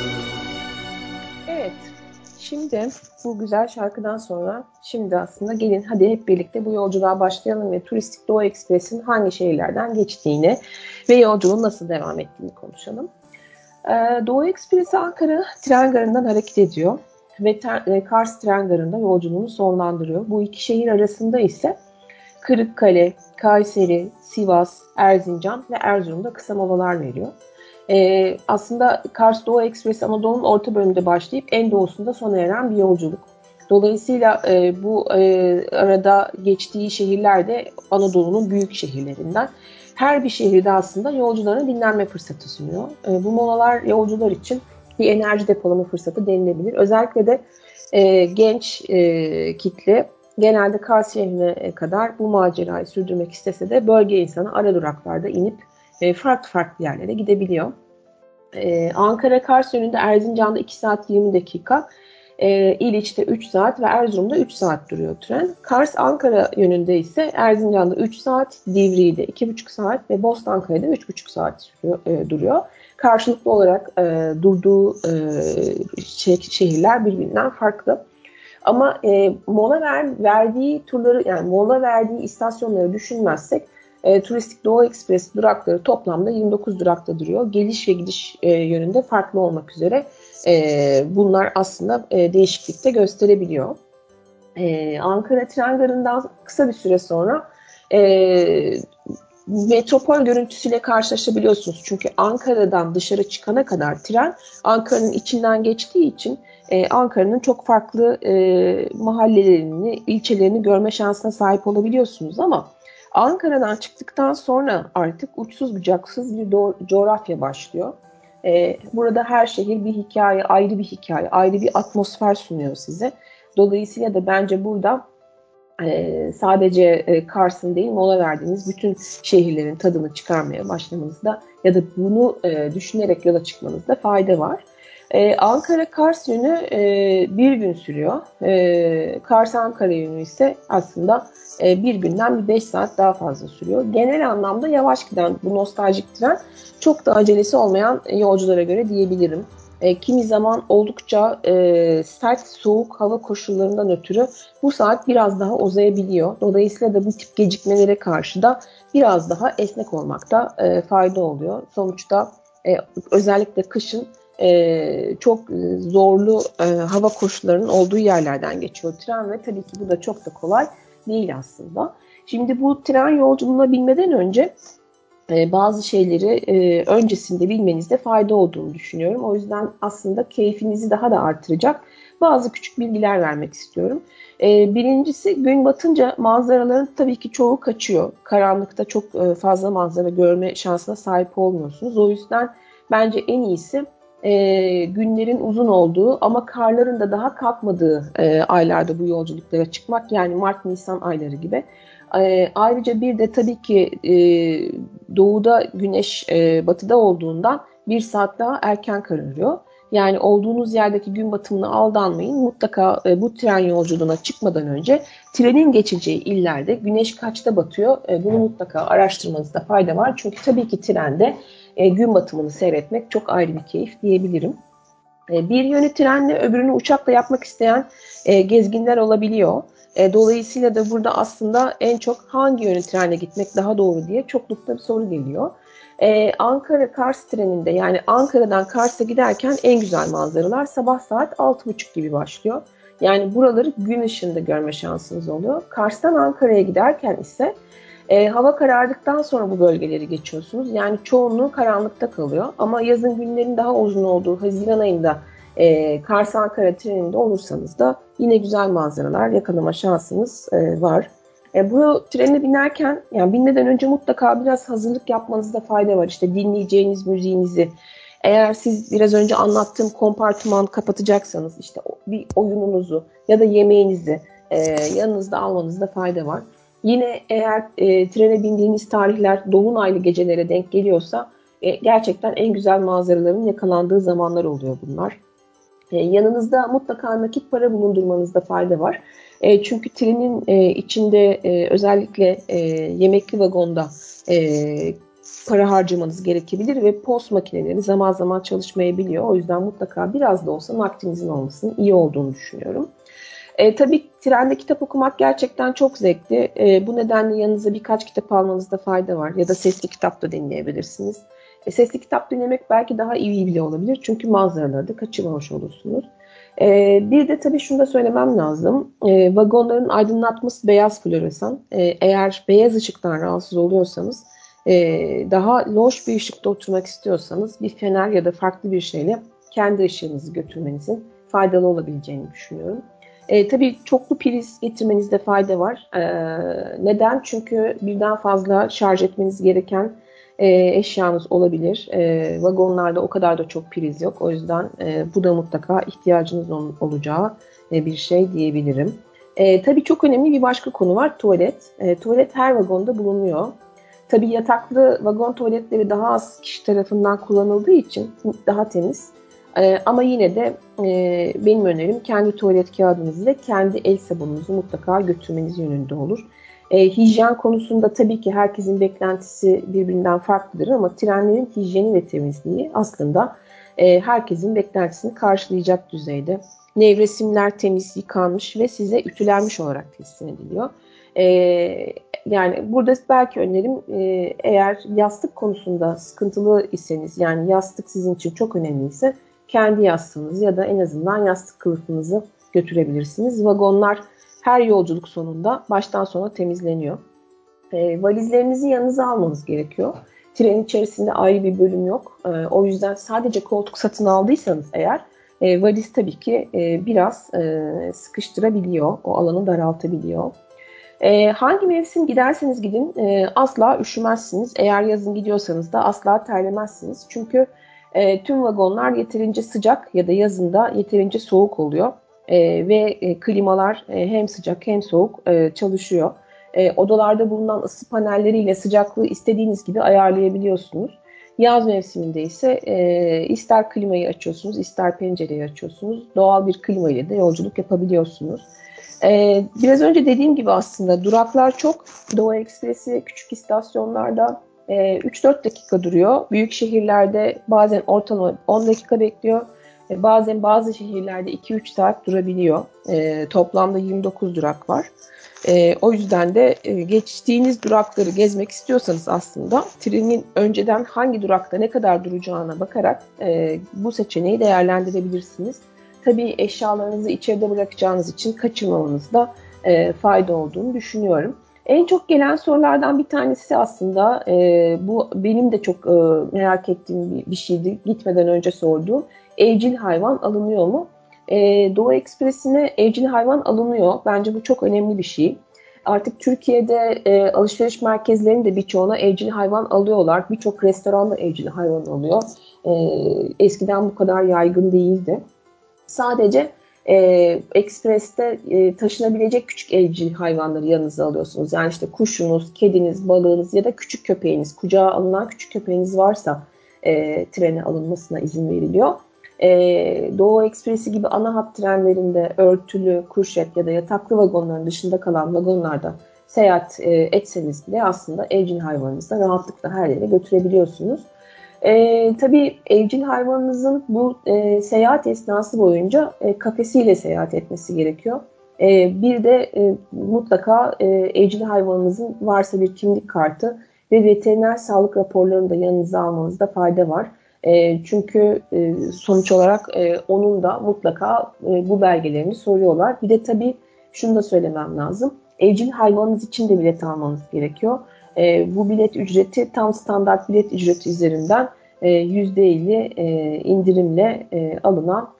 A: Şimdi bu güzel şarkıdan sonra şimdi aslında gelin hadi hep birlikte bu yolculuğa başlayalım ve Turistik Doğu Ekspresi'nin hangi şehirlerden geçtiğini ve yolculuğun nasıl devam ettiğini konuşalım. Ee, Doğu Ekspresi Ankara tren garından hareket ediyor ve ter, Kars tren garında yolculuğunu sonlandırıyor. Bu iki şehir arasında ise Kırıkkale, Kayseri, Sivas, Erzincan ve Erzurum'da kısa molalar veriyor. Ee, aslında Kars Doğu Ekspresi Anadolu'nun orta bölümünde başlayıp en doğusunda sona eren bir yolculuk. Dolayısıyla e, bu e, arada geçtiği şehirler de Anadolu'nun büyük şehirlerinden. Her bir şehirde aslında yolculara dinlenme fırsatı sunuyor. E, bu molalar yolcular için bir enerji depolama fırsatı denilebilir. Özellikle de e, genç e, kitle genelde Kars şehrine kadar bu macerayı sürdürmek istese de bölge insanı ara duraklarda inip farklı farklı yerlere gidebiliyor. Ee, Ankara-Kars yönünde Erzincan'da iki saat yirmi dakika, e, İliç'te üç saat ve Erzurum'da üç saat duruyor tren. Kars-Ankara yönünde ise Erzincan'da üç saat, Divriği'de iki buçuk saat ve Bostankaya'da üç buçuk saat sürüyor, e, duruyor. Karşılıklı olarak e, durduğu e, şey, şehirler birbirinden farklı. Ama e, mola ver, verdiği turları, yani mola verdiği istasyonları düşünmezsek e, turistik Doğu Ekspres durakları toplamda yirmi dokuz durakta duruyor. Geliş ve gidiş e, yönünde farklı olmak üzere e, bunlar aslında e, değişiklikte gösterebiliyor. E, Ankara tren garından kısa bir süre sonra e, metropol görüntüsüyle karşılaşabiliyorsunuz. Çünkü Ankara'dan dışarı çıkana kadar tren Ankara'nın içinden geçtiği için e, Ankara'nın çok farklı e, mahallelerini, ilçelerini görme şansına sahip olabiliyorsunuz ama Ankara'dan çıktıktan sonra artık uçsuz bucaksız bir do- coğrafya başlıyor. E, burada her şehir bir hikaye, ayrı bir hikaye, ayrı bir atmosfer sunuyor size. Dolayısıyla da bence burada Ee, sadece e, Kars'ın değil, mola verdiğiniz bütün şehirlerin tadını çıkarmaya başlamanızda ya da bunu e, düşünerek yola çıkmanızda fayda var. Ee, Ankara-Kars yönü e, bir gün sürüyor. Ee, Kars-Ankara yönü ise aslında e, bir günden bir beş saat daha fazla sürüyor. Genel anlamda yavaş giden bu nostaljik tren çok da acelesi olmayan yolculara göre diyebilirim. E, kimi zaman oldukça e, sert, soğuk hava koşullarından ötürü bu saat biraz daha uzayabiliyor. Dolayısıyla da bu tip gecikmelere karşı da biraz daha esnek olmakta e, fayda oluyor. Sonuçta e, özellikle kışın e, çok zorlu e, hava koşullarının olduğu yerlerden geçiyor tren ve tabii ki bu da çok da kolay değil aslında. Şimdi bu tren yolculuğuna binmeden önce bazı şeyleri e, öncesinde bilmenizde fayda olduğunu düşünüyorum. O yüzden aslında keyfinizi daha da artıracak bazı küçük bilgiler vermek istiyorum. E, birincisi, gün batınca manzaraların tabii ki çoğu kaçıyor. Karanlıkta çok e, fazla manzara görme şansına sahip olmuyorsunuz. O yüzden bence en iyisi e, günlerin uzun olduğu ama karların da daha kalkmadığı e, aylarda bu yolculuklara çıkmak. Yani Mart-Nisan ayları gibi. E, ayrıca bir de tabii ki e, doğuda güneş e, batıda olduğundan bir saat daha erken kararıyor. Yani olduğunuz yerdeki gün batımına aldanmayın. Mutlaka e, bu tren yolculuğuna çıkmadan önce trenin geçeceği illerde güneş kaçta batıyor? E, bunu mutlaka araştırmanızda fayda var. Çünkü tabii ki trende e, gün batımını seyretmek çok ayrı bir keyif diyebilirim. E, bir yönü trenle öbürünü uçakla yapmak isteyen e, gezginler olabiliyor. E, dolayısıyla da burada aslında en çok hangi yönü trenle gitmek daha doğru diye çoklukta bir soru geliyor. Ee, Ankara-Kars treninde, yani Ankara'dan Kars'a giderken en güzel manzaralar sabah saat altı buçuk gibi başlıyor. Yani buraları gün ışığında görme şansınız oluyor. Kars'tan Ankara'ya giderken ise e, hava karardıktan sonra bu bölgeleri geçiyorsunuz. Yani çoğunluğu karanlıkta kalıyor. Ama yazın günlerin daha uzun olduğu Haziran ayında e, Kars-Ankara treninde olursanız da yine güzel manzaralar yakalama şansınız e, var. E, bu trene binerken, yani binmeden önce mutlaka biraz hazırlık yapmanızda fayda var. İşte dinleyeceğiniz müziğinizi, eğer siz biraz önce anlattığım kompartımanı kapatacaksanız işte bir oyununuzu ya da yemeğinizi e, yanınızda almanızda fayda var. Yine eğer e, trene bindiğiniz tarihler dolunaylı gecelere denk geliyorsa e, gerçekten en güzel manzaraların yakalandığı zamanlar oluyor bunlar. E, yanınızda mutlaka nakit para bulundurmanızda fayda var. E, çünkü trenin e, içinde e, özellikle e, yemekli vagonda e, para harcamanız gerekebilir ve post makineleri zaman zaman çalışmayabiliyor. O yüzden mutlaka biraz da olsa nakdinizin olmasının iyi olduğunu düşünüyorum. E, tabii trende kitap okumak gerçekten çok zevkli. E, bu nedenle yanınıza birkaç kitap almanızda fayda var. Ya da sesli kitap da dinleyebilirsiniz. E, sesli kitap dinlemek belki daha iyi bile olabilir. Çünkü manzaraları da kaçırmamış olursunuz. E, bir de tabii şunu da söylemem lazım. E, vagonların aydınlatması beyaz floresan. E, eğer beyaz ışıktan rahatsız oluyorsanız, e, daha loş bir ışıkta oturmak istiyorsanız bir fener ya da farklı bir şeyle kendi ışığınızı götürmenizin faydalı olabileceğini düşünüyorum. E, tabii çoklu priz getirmenizde fayda var. E, neden? Çünkü birden fazla şarj etmeniz gereken e, eşyanız olabilir. E, vagonlarda o kadar da çok priz yok. O yüzden e, bu da mutlaka ihtiyacınız ol, olacağı e, bir şey diyebilirim. E, tabii çok önemli bir başka konu var. Tuvalet. E, tuvalet her vagonda bulunuyor. tabii yataklı vagon tuvaletleri daha az kişi tarafından kullanıldığı için daha temiz. E, ama yine de e, benim önerim kendi tuvalet kağıdınızı ve kendi el sabununuzu mutlaka götürmeniz yönünde olur. E, hijyen konusunda tabii ki herkesin beklentisi birbirinden farklıdır ama trenlerin hijyeni ve temizliği aslında e, herkesin beklentisini karşılayacak düzeyde. Nevresimler temiz, yıkanmış ve size ütülenmiş olarak teslim ediliyor. E, yani burada belki önerim e, eğer yastık konusunda sıkıntılı iseniz, yani yastık sizin için çok önemliyse kendi yastığınızı ya da en azından yastık kılıfınızı götürebilirsiniz. Vagonlar her yolculuk sonunda baştan sona temizleniyor. E, valizlerinizi yanınıza almanız gerekiyor. Trenin içerisinde ayrı bir bölüm yok. E, o yüzden sadece koltuk satın aldıysanız eğer e, valiz tabii ki e, biraz e, sıkıştırabiliyor. O alanı daraltabiliyor. E, hangi mevsim giderseniz gidin e, asla üşümezsiniz. Eğer yazın gidiyorsanız da asla terlemezsiniz. Çünkü e, tüm vagonlar yeterince sıcak ya da yazında yeterince soğuk oluyor. E, ve e, klimalar e, hem sıcak hem soğuk e, çalışıyor. E, odalarda bulunan ısı panelleriyle sıcaklığı istediğiniz gibi ayarlayabiliyorsunuz. Yaz mevsiminde ise e, ister klimayı açıyorsunuz, ister pencereyi açıyorsunuz. Doğal bir klima ile de yolculuk yapabiliyorsunuz. E, biraz önce dediğim gibi aslında duraklar çok. Doğu Ekspresi küçük istasyonlarda e, üç dört dakika duruyor. Büyük şehirlerde bazen ortalama on dakika bekliyor. E, bazen bazı şehirlerde iki üç saat durabiliyor. E, toplamda yirmi dokuz durak var. E, o yüzden de e, geçtiğiniz durakları gezmek istiyorsanız aslında trenin önceden hangi durakta ne kadar duracağına bakarak e, bu seçeneği değerlendirebilirsiniz. Tabii eşyalarınızı içeride bırakacağınız için kaçırmamanızda e, fayda olduğunu düşünüyorum. En çok gelen sorulardan bir tanesi aslında e, bu benim de çok e, merak ettiğim bir, bir şeydi. Gitmeden önce sorduğum evcil hayvan alınıyor mu? E, Doğu Ekspresi'ne evcil hayvan alınıyor. Bence bu çok önemli bir şey. Artık Türkiye'de e, alışveriş merkezlerinin de birçoğuna evcil hayvan alıyorlar. Birçok restoranda evcil hayvan alıyor. E, eskiden bu kadar yaygın değildi. Sadece e, Ekspres'te e, taşınabilecek küçük evcil hayvanları yanınıza alıyorsunuz. Yani işte kuşunuz, kediniz, balığınız ya da küçük köpeğiniz, kucağa alınan küçük köpeğiniz varsa e, trene alınmasına izin veriliyor. E, Doğu Ekspresi gibi ana hat trenlerinde örtülü, kuşet ya da yataklı vagonların dışında kalan vagonlarda seyahat e, etseniz bile aslında evcil hayvanınızı rahatlıkla her yere götürebiliyorsunuz. E, tabii evcil hayvanınızın bu e, seyahat esnası boyunca e, kafesiyle seyahat etmesi gerekiyor. E, bir de e, mutlaka e, evcil hayvanınızın varsa bir kimlik kartı ve veteriner sağlık raporlarını da yanınıza almanızda fayda var. E, çünkü e, sonuç olarak e, onun da mutlaka e, bu belgelerini soruyorlar. Bir de tabii şunu da söylemem lazım. Evcil hayvanınız için de bilet almanız gerekiyor. E, bu bilet ücreti tam standart bilet ücreti üzerinden e, yüzde elli e, indirimle e, alınan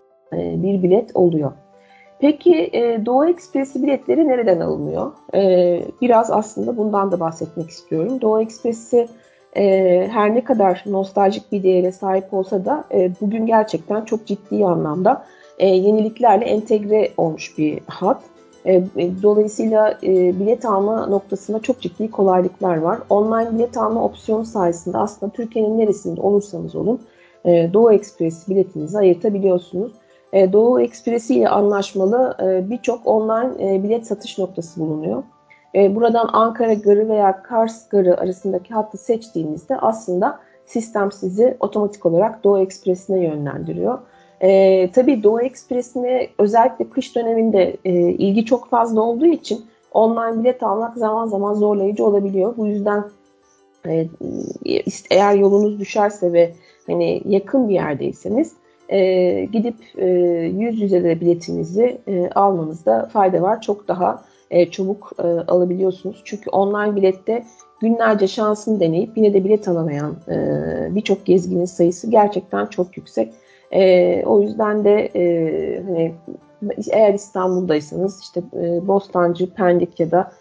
A: e, bir bilet oluyor. Peki e, Doğu Ekspresi biletleri nereden alınıyor? E, biraz aslında bundan da bahsetmek istiyorum. Doğu Ekspresi e, her ne kadar nostaljik bir değere sahip olsa da e, bugün gerçekten çok ciddi anlamda e, yeniliklerle entegre olmuş bir hat. E, dolayısıyla e, bilet alma noktasında çok ciddi kolaylıklar var. Online bilet alma opsiyonu sayesinde aslında Türkiye'nin neresinde olursanız olun e, Doğu Ekspresi biletinizi ayırtabiliyorsunuz. E, Doğu Ekspresi ile anlaşmalı e, birçok online e, bilet satış noktası bulunuyor. E, buradan Ankara Garı veya Kars Garı arasındaki hattı seçtiğinizde aslında sistem sizi otomatik olarak Doğu Ekspresi'ne yönlendiriyor. E, tabii Doğu Ekspresi'ne özellikle kış döneminde e, ilgi çok fazla olduğu için online bilet almak zaman zaman zorlayıcı olabiliyor. Bu yüzden e, eğer yolunuz düşerse ve hani yakın bir yerdeyseniz e, gidip e, yüz yüze de biletinizi e, almanızda fayda var. Çok daha e, çabuk e, alabiliyorsunuz. Çünkü online bilette günlerce şansını deneyip yine de bilet alamayan e, birçok gezginin sayısı gerçekten çok yüksek. E, o yüzden de e, hani eğer İstanbul'daysanız işte e, Bostancı, Pendik ya da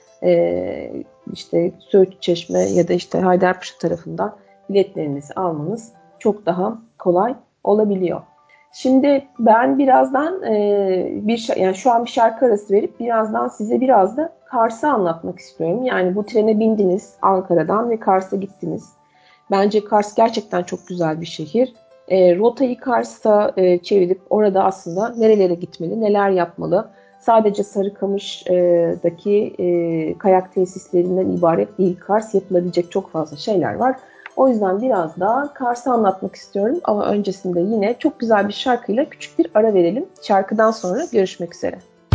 A: e, işte Söğüt Çeşme ya da işte Haydarpaşa tarafından biletlerinizi almanız çok daha kolay olabiliyor. Şimdi ben birazdan e, bir yani şu an bir şarkı arası verip birazdan size biraz da Kars'ı anlatmak istiyorum. Yani bu trene bindiniz Ankara'dan ve Kars'a gittiniz. Bence Kars gerçekten çok güzel bir şehir. E, rotayı Kars'a e, çevirip orada aslında nerelere gitmeli, neler yapmalı? Sadece Sarıkamış'daki e, kayak tesislerinden ibaret değil. Kars yapılabilecek çok fazla şeyler var. O yüzden biraz daha Kars'ı anlatmak istiyorum. Ama öncesinde yine çok güzel bir şarkıyla küçük bir ara verelim. Şarkıdan sonra görüşmek üzere.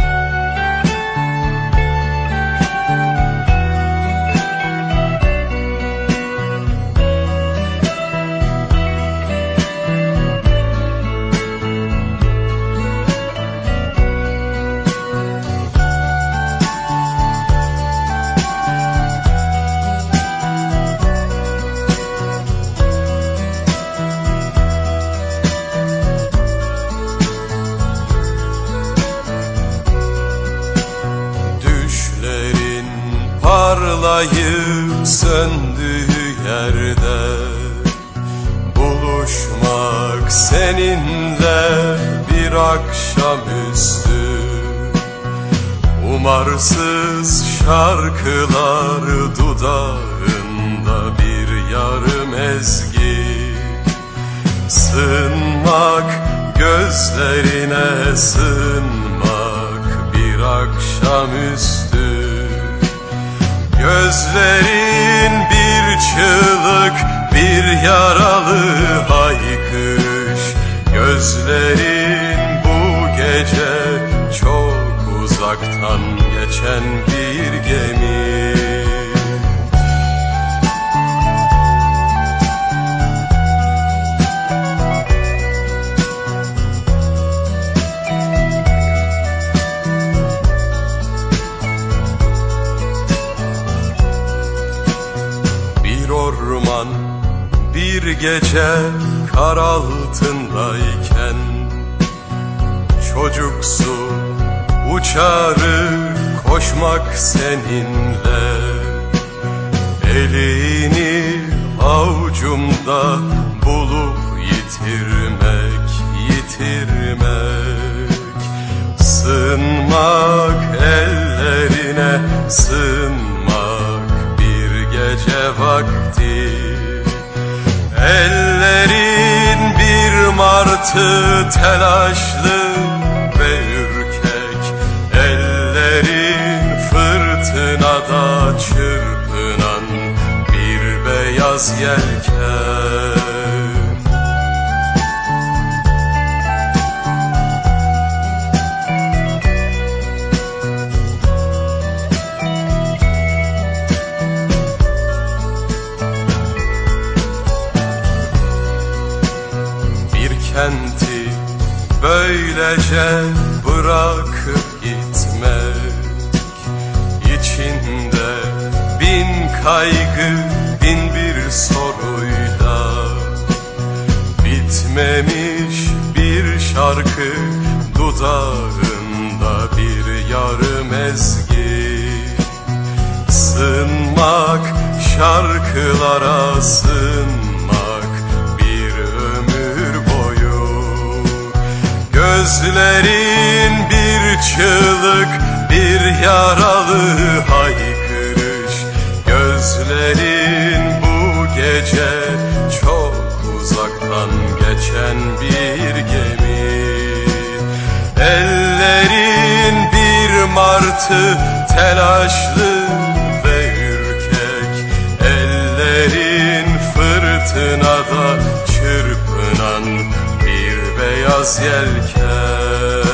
B: Parlayıp söndüğü yerde buluşmak seninle bir akşamüstü. Umarsız şarkılar dudağında bir yarım ezgi. Sığınmak gözlerine, sığınmak bir akşamüstü. Gözlerin bir çığlık, bir yaralı haykırış. Gözlerin bu gece çok uzaktan geçen bir gemi. Orman bir gece kar altındayken çocuksu uçarı koşmak seninle. Elini avucumda bulup yitirmek, yitirmek. Sığınmak ellerine, sığınmak gece vakti. Ellerin bir martı, telaşlı ve ürkek. Ellerin fırtınada çırpınan bir beyaz yelken. Kenti böylece bırakıp gitmek, içinde bin kaygı, bin bir soruyla. Bitmemiş bir şarkı dudağında, bir yarım ezgi. Sığınmak şarkılara, sığınmak bir ömür boyu. Gözlerin bir çığlık, bir yaralı haykırış. Gözlerin bu gece çok uzaktan geçen bir gemi. Ellerin bir martı, telaşlı ve ürkek. Ellerin fırtınada çırpınan bir beyaz yelken.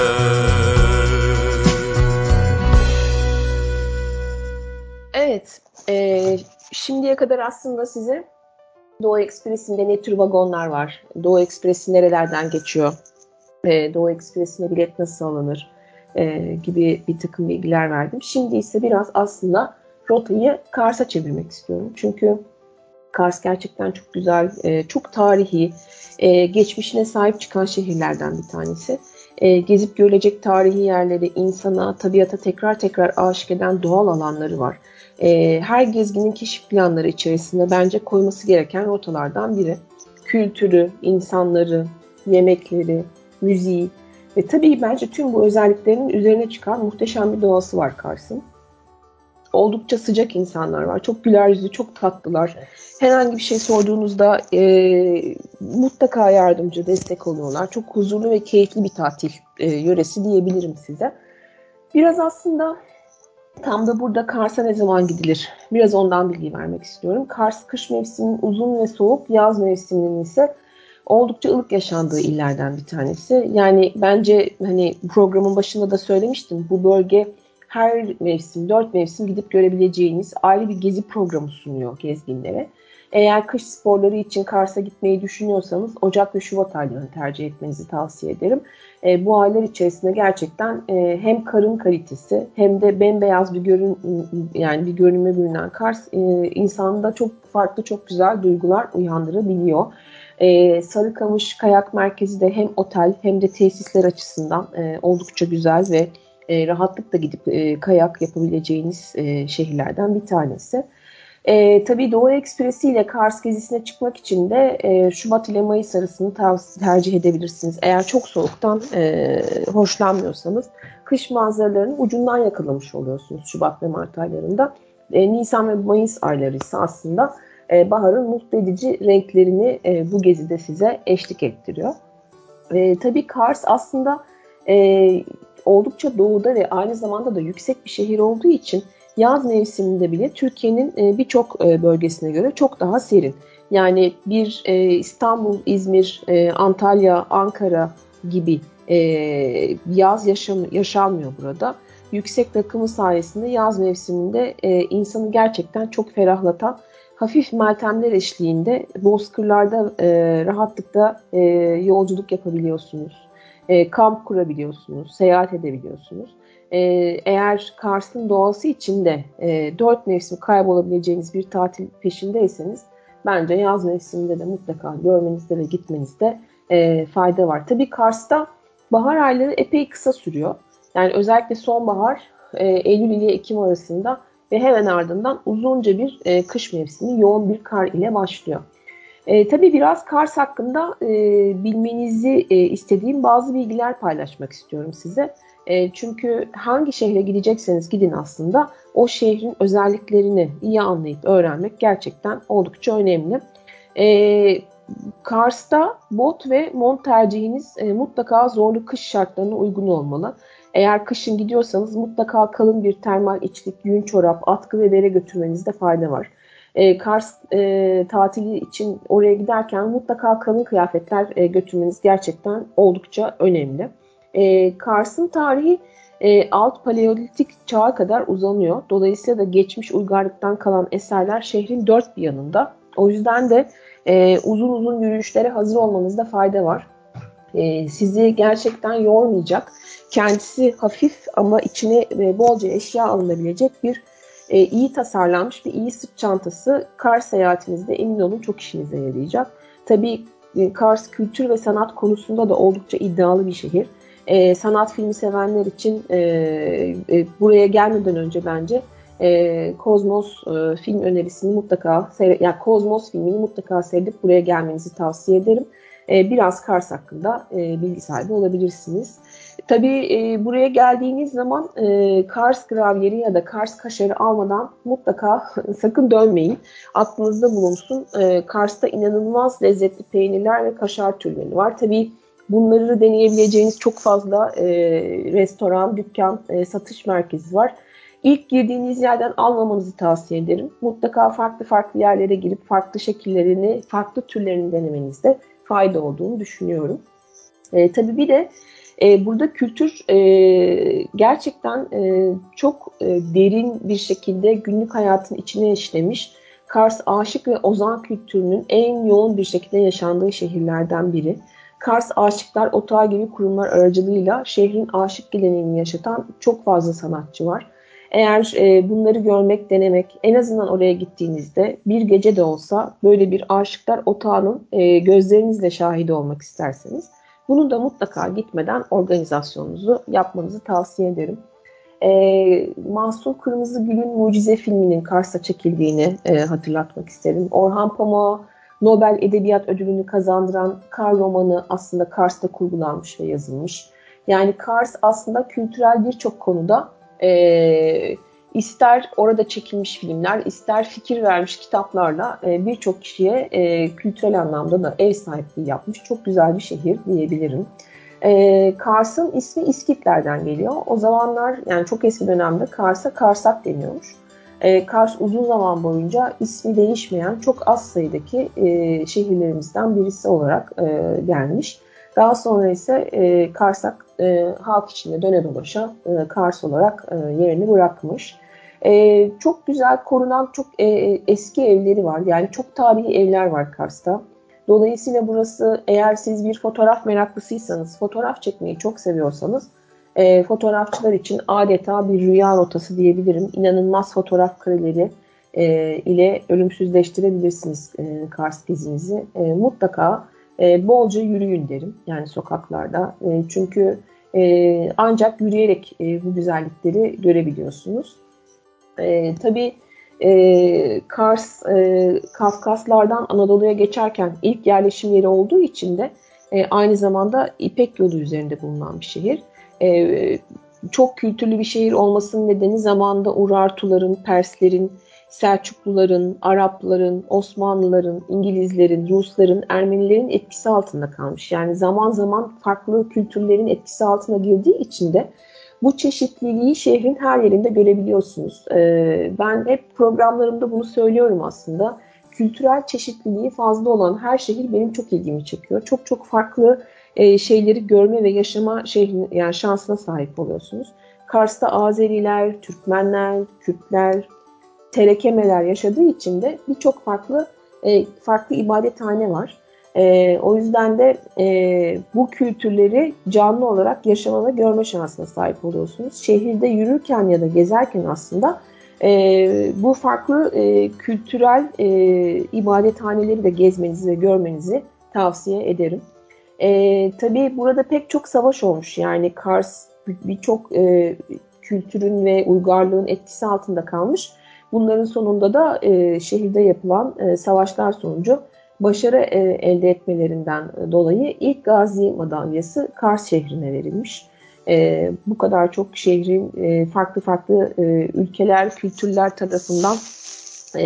A: Evet, e, şimdiye kadar aslında size Doğu Ekspresi'nde ne tür vagonlar var, Doğu Ekspresi nerelerden geçiyor, e, Doğu Ekspresi'ne bilet nasıl alınır e, gibi bir takım bilgiler verdim. Şimdi ise biraz aslında rotayı Kars'a çevirmek istiyorum. Çünkü Kars gerçekten çok güzel, e, çok tarihi, e, geçmişine sahip çıkan şehirlerden bir tanesi. E, gezip görülecek tarihi yerleri, insana, tabiata tekrar tekrar aşık eden doğal alanları var. E, her gezginin keşif planları içerisinde bence koyması gereken rotalardan biri. Kültürü, insanları, yemekleri, müziği ve tabii bence tüm bu özelliklerinin üzerine çıkan muhteşem bir doğası var Kars'ın. Oldukça sıcak insanlar var. Çok güler yüzlü, çok tatlılar. Herhangi bir şey sorduğunuzda e, mutlaka yardımcı, destek oluyorlar. Çok huzurlu ve keyifli bir tatil e, yöresi diyebilirim size. Biraz aslında tam da burada Kars'a ne zaman gidilir? Biraz ondan bilgi vermek istiyorum. Kars kış mevsiminin uzun ve soğuk, yaz mevsiminin ise oldukça ılık yaşandığı illerden bir tanesi. Yani bence hani programın başında da söylemiştim. Bu bölge her mevsim, dört mevsim gidip görebileceğiniz ayrı bir gezi programı sunuyor gezginlere. Eğer kış sporları için Kars'a gitmeyi düşünüyorsanız Ocak ve Şubat aylarını tercih etmenizi tavsiye ederim. E, bu aylar içerisinde gerçekten e, hem karın kalitesi hem de bembeyaz bir görün yani bir görünüme bürünen Kars e, insanda çok farklı, çok güzel duygular uyandırabiliyor. E, Sarıkamış Kayak Merkezi de hem otel hem de tesisler açısından e, oldukça güzel ve e, rahatlıkla gidip e, kayak yapabileceğiniz e, şehirlerden bir tanesi. E, tabii Doğu Ekspresi ile Kars gezisine çıkmak için de e, Şubat ile Mayıs arasını tercih edebilirsiniz. Eğer çok soğuktan e, hoşlanmıyorsanız kış manzaralarının ucundan yakalamış oluyorsunuz Şubat ve Mart aylarında. E, Nisan ve Mayıs ayları ise aslında e, baharın mutlu edici renklerini e, bu gezide size eşlik ettiriyor. E, tabii Kars aslında e, oldukça doğuda ve aynı zamanda da yüksek bir şehir olduğu için yaz mevsiminde bile Türkiye'nin e, birçok e, bölgesine göre çok daha serin. Yani bir e, İstanbul, İzmir, e, Antalya, Ankara gibi e, yaz yaşam, yaşanmıyor burada. Yüksek rakımı sayesinde yaz mevsiminde e, insanı gerçekten çok ferahlatan hafif meltemler eşliğinde bozkırlarda e, rahatlıkla e, yolculuk yapabiliyorsunuz. E, kamp kurabiliyorsunuz, seyahat edebiliyorsunuz. E, eğer Kars'ın doğası içinde e, dört mevsim kaybolabileceğiniz bir tatil peşindeyseniz bence yaz mevsiminde de mutlaka görmenizde ve gitmenizde e, fayda var. Tabii Kars'ta bahar ayları epey kısa sürüyor. Yani özellikle sonbahar e, Eylül ile Ekim arasında ve hemen ardından uzunca bir e, kış mevsimi yoğun bir kar ile başlıyor. E, tabii biraz Kars hakkında e, bilmenizi e, istediğim bazı bilgiler paylaşmak istiyorum size. E, çünkü hangi şehre gidecekseniz gidin aslında o şehrin özelliklerini iyi anlayıp öğrenmek gerçekten oldukça önemli. E, Kars'ta bot ve mont tercihiniz e, mutlaka zorlu kış şartlarına uygun olmalı. Eğer kışın gidiyorsanız mutlaka kalın bir termal içlik, yün çorap, atkı ve bere götürmenizde fayda var. E, Kars e, tatili için oraya giderken mutlaka kalın kıyafetler e, götürmeniz gerçekten oldukça önemli. E, Kars'ın tarihi e, alt paleolitik çağa kadar uzanıyor. Dolayısıyla da geçmiş uygarlıktan kalan eserler şehrin dört bir yanında. O yüzden de e, uzun uzun yürüyüşlere hazır olmanızda fayda var. E, sizi gerçekten yormayacak, kendisi hafif ama içine e, bolca eşya alınabilecek bir e, iyi tasarlanmış bir iyi sırt çantası Kars seyahatinizde emin olun çok işinize yarayacak. Tabii e, Kars kültür ve sanat konusunda da oldukça iddialı bir şehir. E, sanat filmi sevenler için e, e, buraya gelmeden önce bence e, Kozmos e, film önerisini mutlaka seyret, yani Kozmos filmini mutlaka seyredip buraya gelmenizi tavsiye ederim. E, biraz Kars hakkında e, bilgi sahibi olabilirsiniz. Tabii e, buraya geldiğiniz zaman e, Kars gravyeri ya da Kars kaşarı almadan mutlaka sakın dönmeyin. Aklınızda bulunsun. E, Kars'ta inanılmaz lezzetli peynirler ve kaşar türleri var. Tabii bunları deneyebileceğiniz çok fazla e, restoran, dükkan, e, satış merkezi var. İlk girdiğiniz yerden almamanızı tavsiye ederim. Mutlaka farklı farklı yerlere girip farklı şekillerini, farklı türlerini denemenizde fayda olduğunu düşünüyorum. E, tabii bir de e, burada kültür e, gerçekten e, çok e, derin bir şekilde günlük hayatın içine işlemiş. Kars aşık ve ozan kültürünün en yoğun bir şekilde yaşandığı şehirlerden biri. Kars Aşıklar Otağı gibi kurumlar aracılığıyla şehrin aşık geleneğini yaşatan çok fazla sanatçı var. Eğer e, bunları görmek, denemek, en azından oraya gittiğinizde bir gece de olsa böyle bir Aşıklar Otağı'nın e, gözlerinizle şahidi olmak isterseniz bunu da mutlaka gitmeden organizasyonunuzu yapmanızı tavsiye ederim. E, Mahsun Kırmızıgül'ün Mucize filminin Kars'ta çekildiğini e, hatırlatmak isterim. Orhan Pamuk'a Nobel Edebiyat Ödülünü kazandıran Kar romanı aslında Kars'ta kurgulanmış ve yazılmış. Yani Kars aslında kültürel birçok konuda e, ister orada çekilmiş filmler, ister fikir vermiş kitaplarla e, birçok kişiye e, kültürel anlamda da ev sahipliği yapmış. Çok güzel bir şehir diyebilirim. E, Kars'ın ismi İskitler'den geliyor. O zamanlar, yani çok eski dönemde Kars'a Karsak deniyormuş. E, Kars uzun zaman boyunca ismi değişmeyen çok az sayıdaki e, şehirlerimizden birisi olarak e, gelmiş. Daha sonra ise e, Karsak e, halk içinde döne dolaşa e, Kars olarak e, yerini bırakmış. E, çok güzel korunan çok e, eski evleri var. Yani çok tarihi evler var Kars'ta. Dolayısıyla burası, eğer siz bir fotoğraf meraklısıysanız, fotoğraf çekmeyi çok seviyorsanız, e, fotoğrafçılar için adeta bir rüya rotası diyebilirim. İnanılmaz fotoğraf kareleri e, ile ölümsüzleştirebilirsiniz e, Kars gezinizi. E, mutlaka e, bolca yürüyün derim, yani sokaklarda. E, çünkü e, ancak yürüyerek e, bu güzellikleri görebiliyorsunuz. E, tabii e, Kars, e, Kafkaslardan Anadolu'ya geçerken ilk yerleşim yeri olduğu için de e, aynı zamanda İpek Yolu üzerinde bulunan bir şehir. E, çok kültürlü bir şehir olmasının nedeni zamanında Urartuların, Perslerin, Selçukluların, Arapların, Osmanlıların, İngilizlerin, Rusların, Ermenilerin etkisi altında kalmış. Yani zaman zaman farklı kültürlerin etkisi altına girdiği için de bu çeşitliliği şehrin her yerinde görebiliyorsunuz. Ee, ben hep programlarımda bunu söylüyorum aslında. Kültürel çeşitliliği fazla olan her şehir benim çok ilgimi çekiyor. Çok çok farklı e, şeyleri görme ve yaşama şehrin, yani şansına sahip oluyorsunuz. Kars'ta Azeriler, Türkmenler, Kürtler, Terekemeler yaşadığı için de birçok farklı e, farklı ibadethane var. E, o yüzden de e, bu kültürleri canlı olarak yaşama ve görme şansına sahip oluyorsunuz. Şehirde yürürken ya da gezerken aslında e, bu farklı e, kültürel e, ibadethaneleri de gezmenizi ve görmenizi tavsiye ederim. E, tabii burada pek çok savaş olmuş. Yani Kars birçok e, kültürün ve uygarlığın etkisi altında kalmış. Bunların sonunda da e, şehirde yapılan e, savaşlar sonucu başarı e, elde etmelerinden dolayı ilk Gazi Madalyası Kars şehrine verilmiş. E, bu kadar çok şehrin e, farklı farklı e, ülkeler, kültürler tarafından e,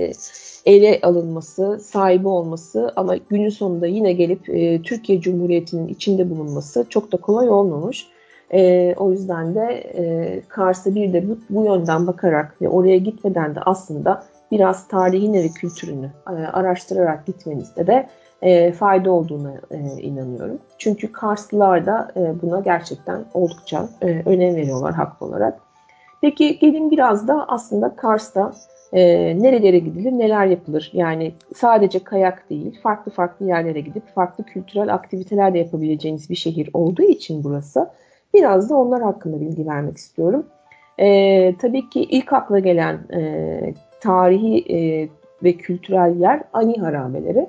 A: ele alınması, sahibi olması ama günün sonunda yine gelip e, Türkiye Cumhuriyeti'nin içinde bulunması çok da kolay olmamış. E, o yüzden de e, Kars'a bir de bu, bu yönden bakarak ve oraya gitmeden de aslında biraz tarihini ve kültürünü e, araştırarak gitmenizde de e, fayda olduğuna e, inanıyorum. Çünkü Karslılar da e, buna gerçekten oldukça e, önem veriyorlar haklı olarak. Peki gelin biraz da aslında Kars'ta e, nerelere gidilir, neler yapılır? Yani sadece kayak değil, farklı farklı yerlere gidip farklı kültürel aktiviteler de yapabileceğiniz bir şehir olduğu için burası. Biraz da onlar hakkında bilgi vermek istiyorum. E, tabii ki ilk akla gelen e, tarihi e, ve kültürel yer Ani Harabeleri.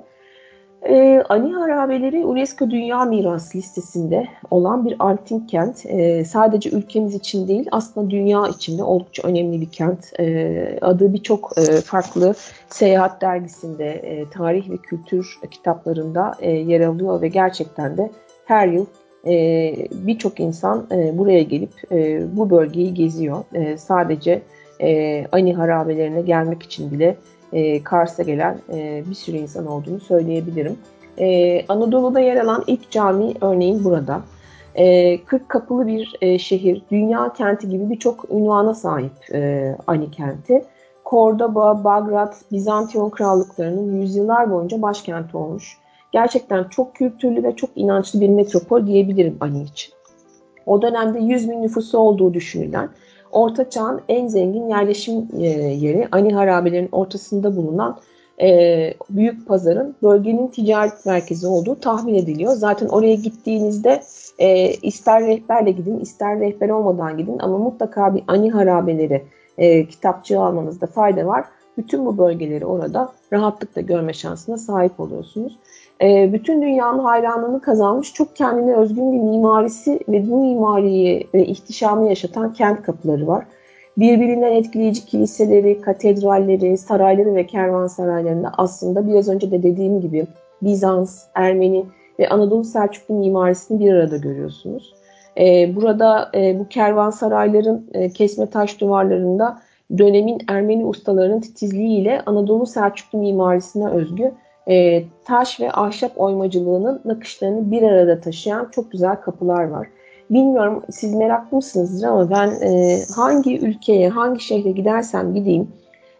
A: E, Ani Harabeleri UNESCO Dünya Mirası listesinde olan bir antik kent. E, sadece ülkemiz için değil, aslında dünya için de oldukça önemli bir kent. E, adı birçok e, farklı seyahat dergisinde, e, tarih ve kültür kitaplarında e, yer alıyor ve gerçekten de her yıl e, birçok insan e, buraya gelip e, bu bölgeyi geziyor. E, sadece e, Ani Harabelerine gelmek için bile e, Kars'a gelen e, bir sürü insan olduğunu söyleyebilirim. E, Anadolu'da yer alan ilk cami örneğin burada. E, kırk kapılı bir e, şehir, dünya kenti gibi birçok ünvana sahip e, Ani kenti. Kordoba, Bagrat, Bizantiyon krallıklarının yüzyıllar boyunca başkenti olmuş. Gerçekten çok kültürlü ve çok inançlı bir metropol diyebilirim Ani için. O dönemde yüz bin nüfusu olduğu düşünülen Orta Çağ'ın en zengin yerleşim yeri Ani Harabelerinin ortasında bulunan e, büyük pazarın bölgenin ticaret merkezi olduğu tahmin ediliyor. Zaten oraya gittiğinizde e, ister rehberle gidin, ister rehber olmadan gidin ama mutlaka bir Ani Harabeleri e, kitapçığı almanızda fayda var. Bütün bu bölgeleri orada rahatlıkla görme şansına sahip oluyorsunuz. E, bütün dünyanın hayranlığını kazanmış çok kendine özgün bir mimarisi ve bu mimariyi ve ihtişamı yaşatan kent kapıları var. birbirinden etkileyici kiliseleri, katedralleri, sarayları ve kervansaraylarında aslında biraz önce de dediğim gibi Bizans, Ermeni ve Anadolu Selçuklu mimarisini bir arada görüyorsunuz. Ee, burada e, bu kervansarayların e, kesme taş duvarlarında dönemin Ermeni ustalarının titizliğiyle Anadolu Selçuklu mimarisine özgü e, taş ve ahşap oymacılığının nakışlarını bir arada taşıyan çok güzel kapılar var. Bilmiyorum siz meraklı mısınızdır ama ben e, hangi ülkeye, hangi şehre gidersem gideyim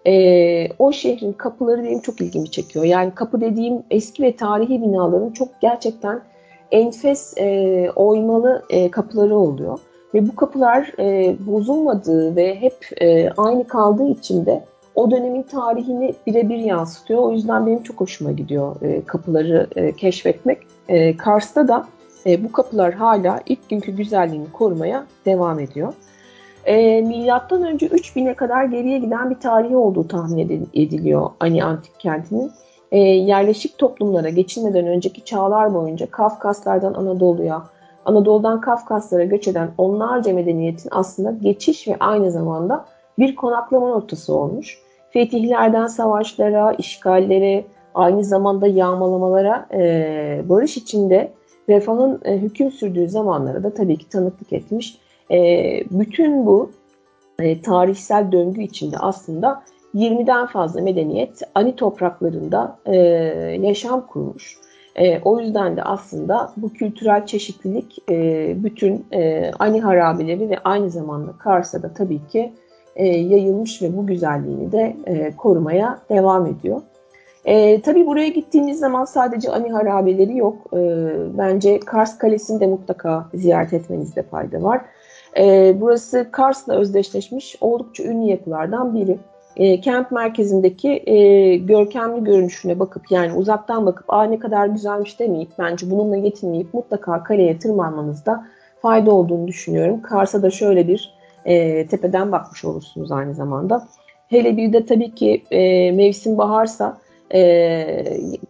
A: e, o şehrin kapıları benim çok ilgimi çekiyor. Yani kapı dediğim eski ve tarihi binaların çok gerçekten enfes e, oymalı e, kapıları oluyor. Ve bu kapılar e, bozulmadığı ve hep e, aynı kaldığı için de o dönemin tarihini birebir yansıtıyor. O yüzden benim çok hoşuma gidiyor e, kapıları e, keşfetmek. E, Kars'ta da e, bu kapılar hala ilk günkü güzelliğini korumaya devam ediyor. E, milattan önce üç bine kadar geriye giden bir tarihi olduğu tahmin ediliyor Ani Antik Kenti'nin. E, yerleşik toplumlara geçilmeden önceki çağlar boyunca Kafkaslardan Anadolu'ya, Anadolu'dan Kafkaslara göç eden onlarca medeniyetin aslında geçiş ve aynı zamanda bir konaklama noktası olmuş. Fetihlerden savaşlara, işgallere, aynı zamanda yağmalamalara, e, barış içinde refahın e, hüküm sürdüğü zamanlara da tabii ki tanıklık etmiş. E, bütün bu e, tarihsel döngü içinde aslında yirmiden fazla medeniyet Ani topraklarında e, yaşam kurmuş. E, o yüzden de aslında bu kültürel çeşitlilik e, bütün e, Ani harabeleri ve aynı zamanda Kars'a da tabii ki e, yayılmış ve bu güzelliğini de e, korumaya devam ediyor. E, tabii buraya gittiğiniz zaman sadece Ani harabeleri yok. E, bence Kars Kalesi'ni de mutlaka ziyaret etmenizde fayda var. E, burası Kars'la özdeşleşmiş oldukça ünlü yapılardan biri. E, kent merkezindeki e, görkemli görünüşüne bakıp yani uzaktan bakıp aa ne kadar güzelmiş demeyip bence bununla yetinmeyip mutlaka kaleye tırmanmanızda fayda olduğunu düşünüyorum. Kars'a da şöyle bir e, tepeden bakmış olursunuz aynı zamanda. Hele bir de tabii ki e, mevsim baharsa e,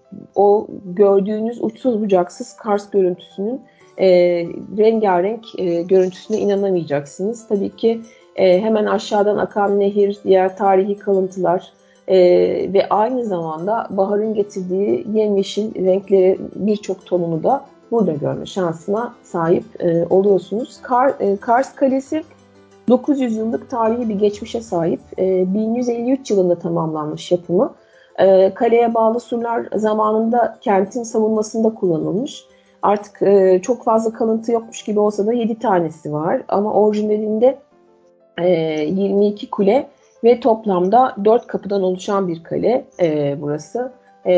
A: o gördüğünüz uçsuz bucaksız Kars görüntüsünün e, rengarenk e, görüntüsüne inanamayacaksınız. Tabii ki e, hemen aşağıdan akan nehir, diğer tarihi kalıntılar e, ve aynı zamanda baharın getirdiği yemyeşil renkleri birçok tonunu da burada görme şansına sahip e, oluyorsunuz. Kar, e, Kars Kalesi dokuz yüz yıllık tarihi bir geçmişe sahip. E, bin yüz elli üç yılında tamamlanmış yapımı. E, kaleye bağlı surlar zamanında kentin savunmasında kullanılmış. Artık e, çok fazla kalıntı yokmuş gibi olsa da yedi tanesi var. Ama orijinalinde e, yirmi iki kule ve toplamda dört kapıdan oluşan bir kale e, burası.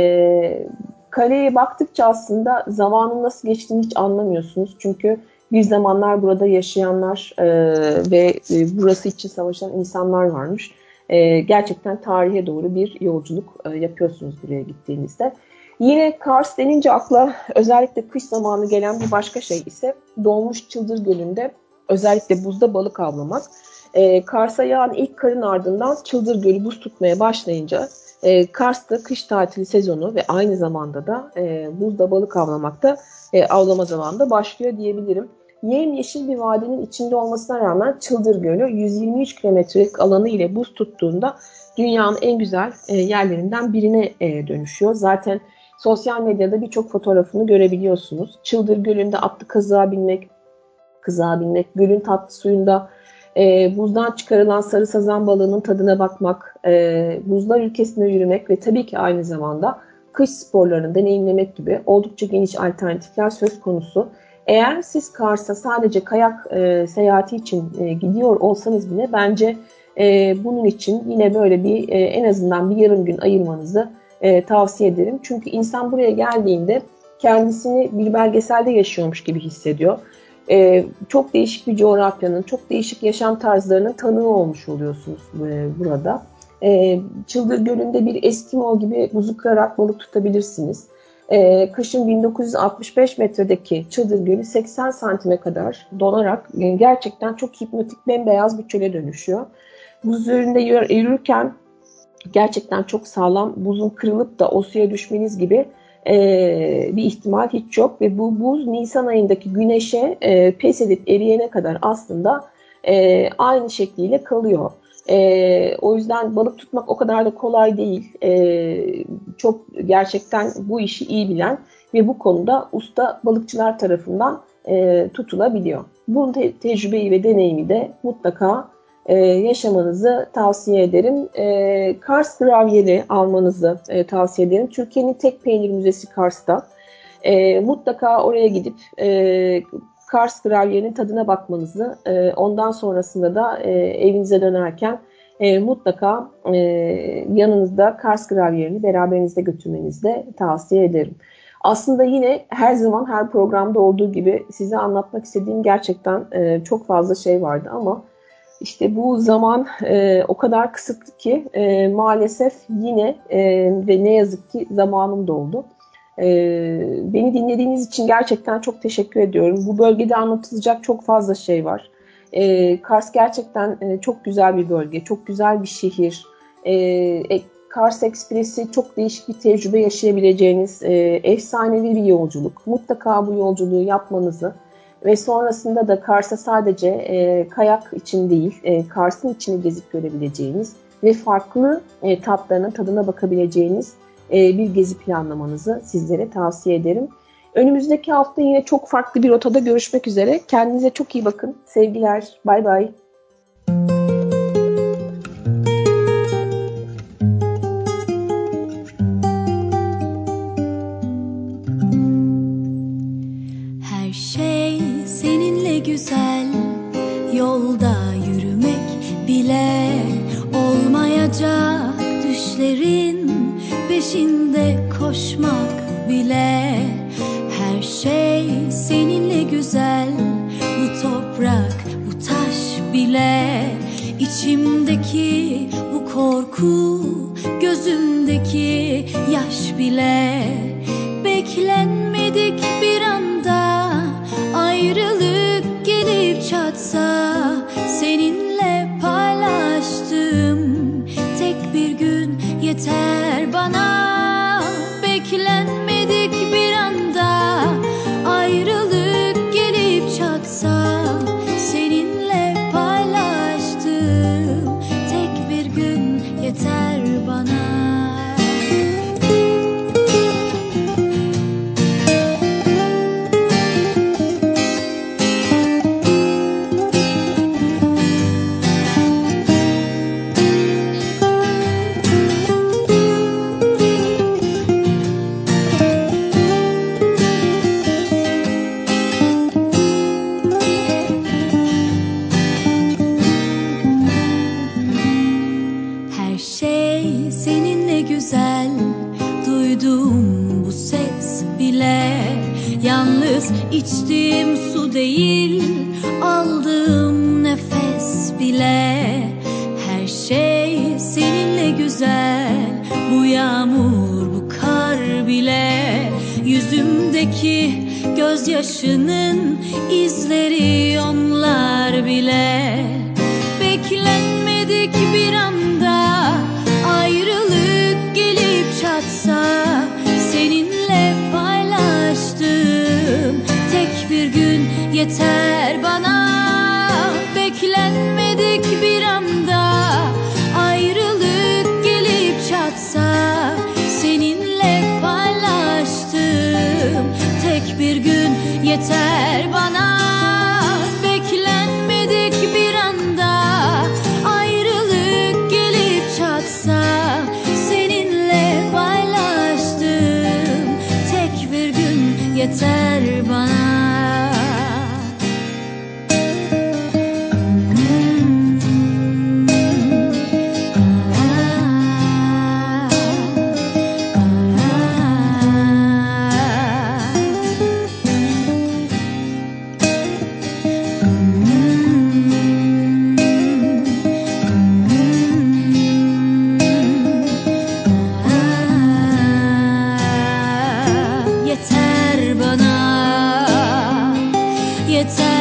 A: E, kaleye baktıkça aslında zamanın nasıl geçtiğini hiç anlamıyorsunuz. Çünkü bir zamanlar burada yaşayanlar e, ve e, burası için savaşan insanlar varmış. E, gerçekten tarihe doğru bir yolculuk e, yapıyorsunuz buraya gittiğinizde. Yine Kars denince akla özellikle kış zamanı gelen bir başka şey ise donmuş Çıldır Gölü'nde özellikle buzda balık avlamak. E, Kars'a yağan ilk karın ardından Çıldır Gölü buz tutmaya başlayınca e, Kars'ta kış tatili sezonu ve aynı zamanda da e, buzda balık avlamakta e, avlama zamanında başlıyor diyebilirim. Yemyeşil bir vadinin içinde olmasına rağmen Çıldır Gölü yüz yirmi üç kilometrelik alanı ile buz tuttuğunda dünyanın en güzel e, yerlerinden birine e, dönüşüyor. Zaten sosyal medyada birçok fotoğrafını görebiliyorsunuz. Çıldır Gölü'nde atlı kızığa binmek, kızığa binmek, gölün tatlı suyunda e, buzdan çıkarılan sarı sazan balığının tadına bakmak, e, buzlar ülkesine yürümek ve tabii ki aynı zamanda kış sporlarını deneyimlemek gibi oldukça geniş alternatifler söz konusu. Eğer siz Kars'a sadece kayak e, seyahati için e, gidiyor olsanız bile bence e, bunun için yine böyle bir e, en azından bir yarım gün ayırmanızı e, tavsiye ederim. Çünkü insan buraya geldiğinde kendisini bir belgeselde yaşıyormuş gibi hissediyor. Ee, çok değişik bir coğrafyanın, çok değişik yaşam tarzlarının tanığı olmuş oluyorsunuz e, burada. Ee, Çıldır Gölü'nde bir Eskimo gibi buzu kırarak balık tutabilirsiniz. Ee, kışın bin dokuz yüz altmış beş metredeki Çıldır Gölü seksen santime kadar donarak e, gerçekten çok hipnotik bembeyaz bir çöle dönüşüyor. Buz üzerinde yürürken gerçekten çok sağlam, buzun kırılıp da o suya düşmeniz gibi Ee, bir ihtimal hiç yok ve bu buz Nisan ayındaki güneşe e, pes edip eriyene kadar aslında e, aynı şekliyle kalıyor. E, o yüzden balık tutmak o kadar da kolay değil. E, çok gerçekten bu işi iyi bilen ve bu konuda usta balıkçılar tarafından e, tutulabiliyor. Bu te- tecrübeyi ve deneyimi de mutlaka e, yaşamanızı tavsiye ederim. E, Kars gravyeri almanızı e, tavsiye ederim. Türkiye'nin tek peynir müzesi Kars'ta. E, mutlaka oraya gidip e, Kars gravyerinin tadına bakmanızı, e, ondan sonrasında da e, evinize dönerken e, mutlaka e, yanınızda Kars gravyerini beraberinizde götürmenizi de tavsiye ederim. Aslında yine her zaman her programda olduğu gibi size anlatmak istediğim gerçekten e, çok fazla şey vardı ama işte bu zaman e, o kadar kısıtlı ki e, maalesef yine e, ve ne yazık ki zamanım doldu. E, beni dinlediğiniz için gerçekten çok teşekkür ediyorum. Bu bölgede anlatılacak çok fazla şey var. E, Kars gerçekten e, çok güzel bir bölge, çok güzel bir şehir. E, Kars Ekspresi çok değişik bir tecrübe yaşayabileceğiniz e, efsanevi bir yolculuk. Mutlaka bu yolculuğu yapmanızı ve sonrasında da Kars'a sadece e, kayak için değil, e, Kars'ın içini gezip görebileceğiniz ve farklı e, tatlarının tadına bakabileceğiniz e, bir gezi planlamanızı sizlere tavsiye ederim. Önümüzdeki hafta yine çok farklı bir rotada görüşmek üzere. Kendinize çok iyi bakın. Sevgiler. Bay bay.
C: Her şey seninle güzel, yolda yürümek bile olmayacak, düşlerin peşinde koşmak bile. Her şey seninle güzel, bu toprak, bu taş bile. İçimdeki bu korku, gözümdeki yaş bile. Beklenmedik bir anda ayrılık gelip çatsa, seninle paylaştığım tek bir gün yeter bana. Beklenmedik bir anda ayrılık gelip çatsa, seninle paylaştığım tek bir gün yeter bana. Yalnız içtiğim su değil, aldığım nefes bile. Her şey seninle güzel, bu yağmur, bu kar bile. Yüzümdeki gözyaşının izleri, onlar bile. Beklenmedik bir anda ayrılık gelip çatsa, seninle paylaştığım tek bir gün yeter bana. Beklenmedik bir anda ayrılık gelip çatsa, seninle paylaştığım tek bir gün yeter bana. Beklenmedik bir anda ayrılık gelip çatsa, seninle paylaştığım tek bir gün yeter bana. Yeter bana, yeter.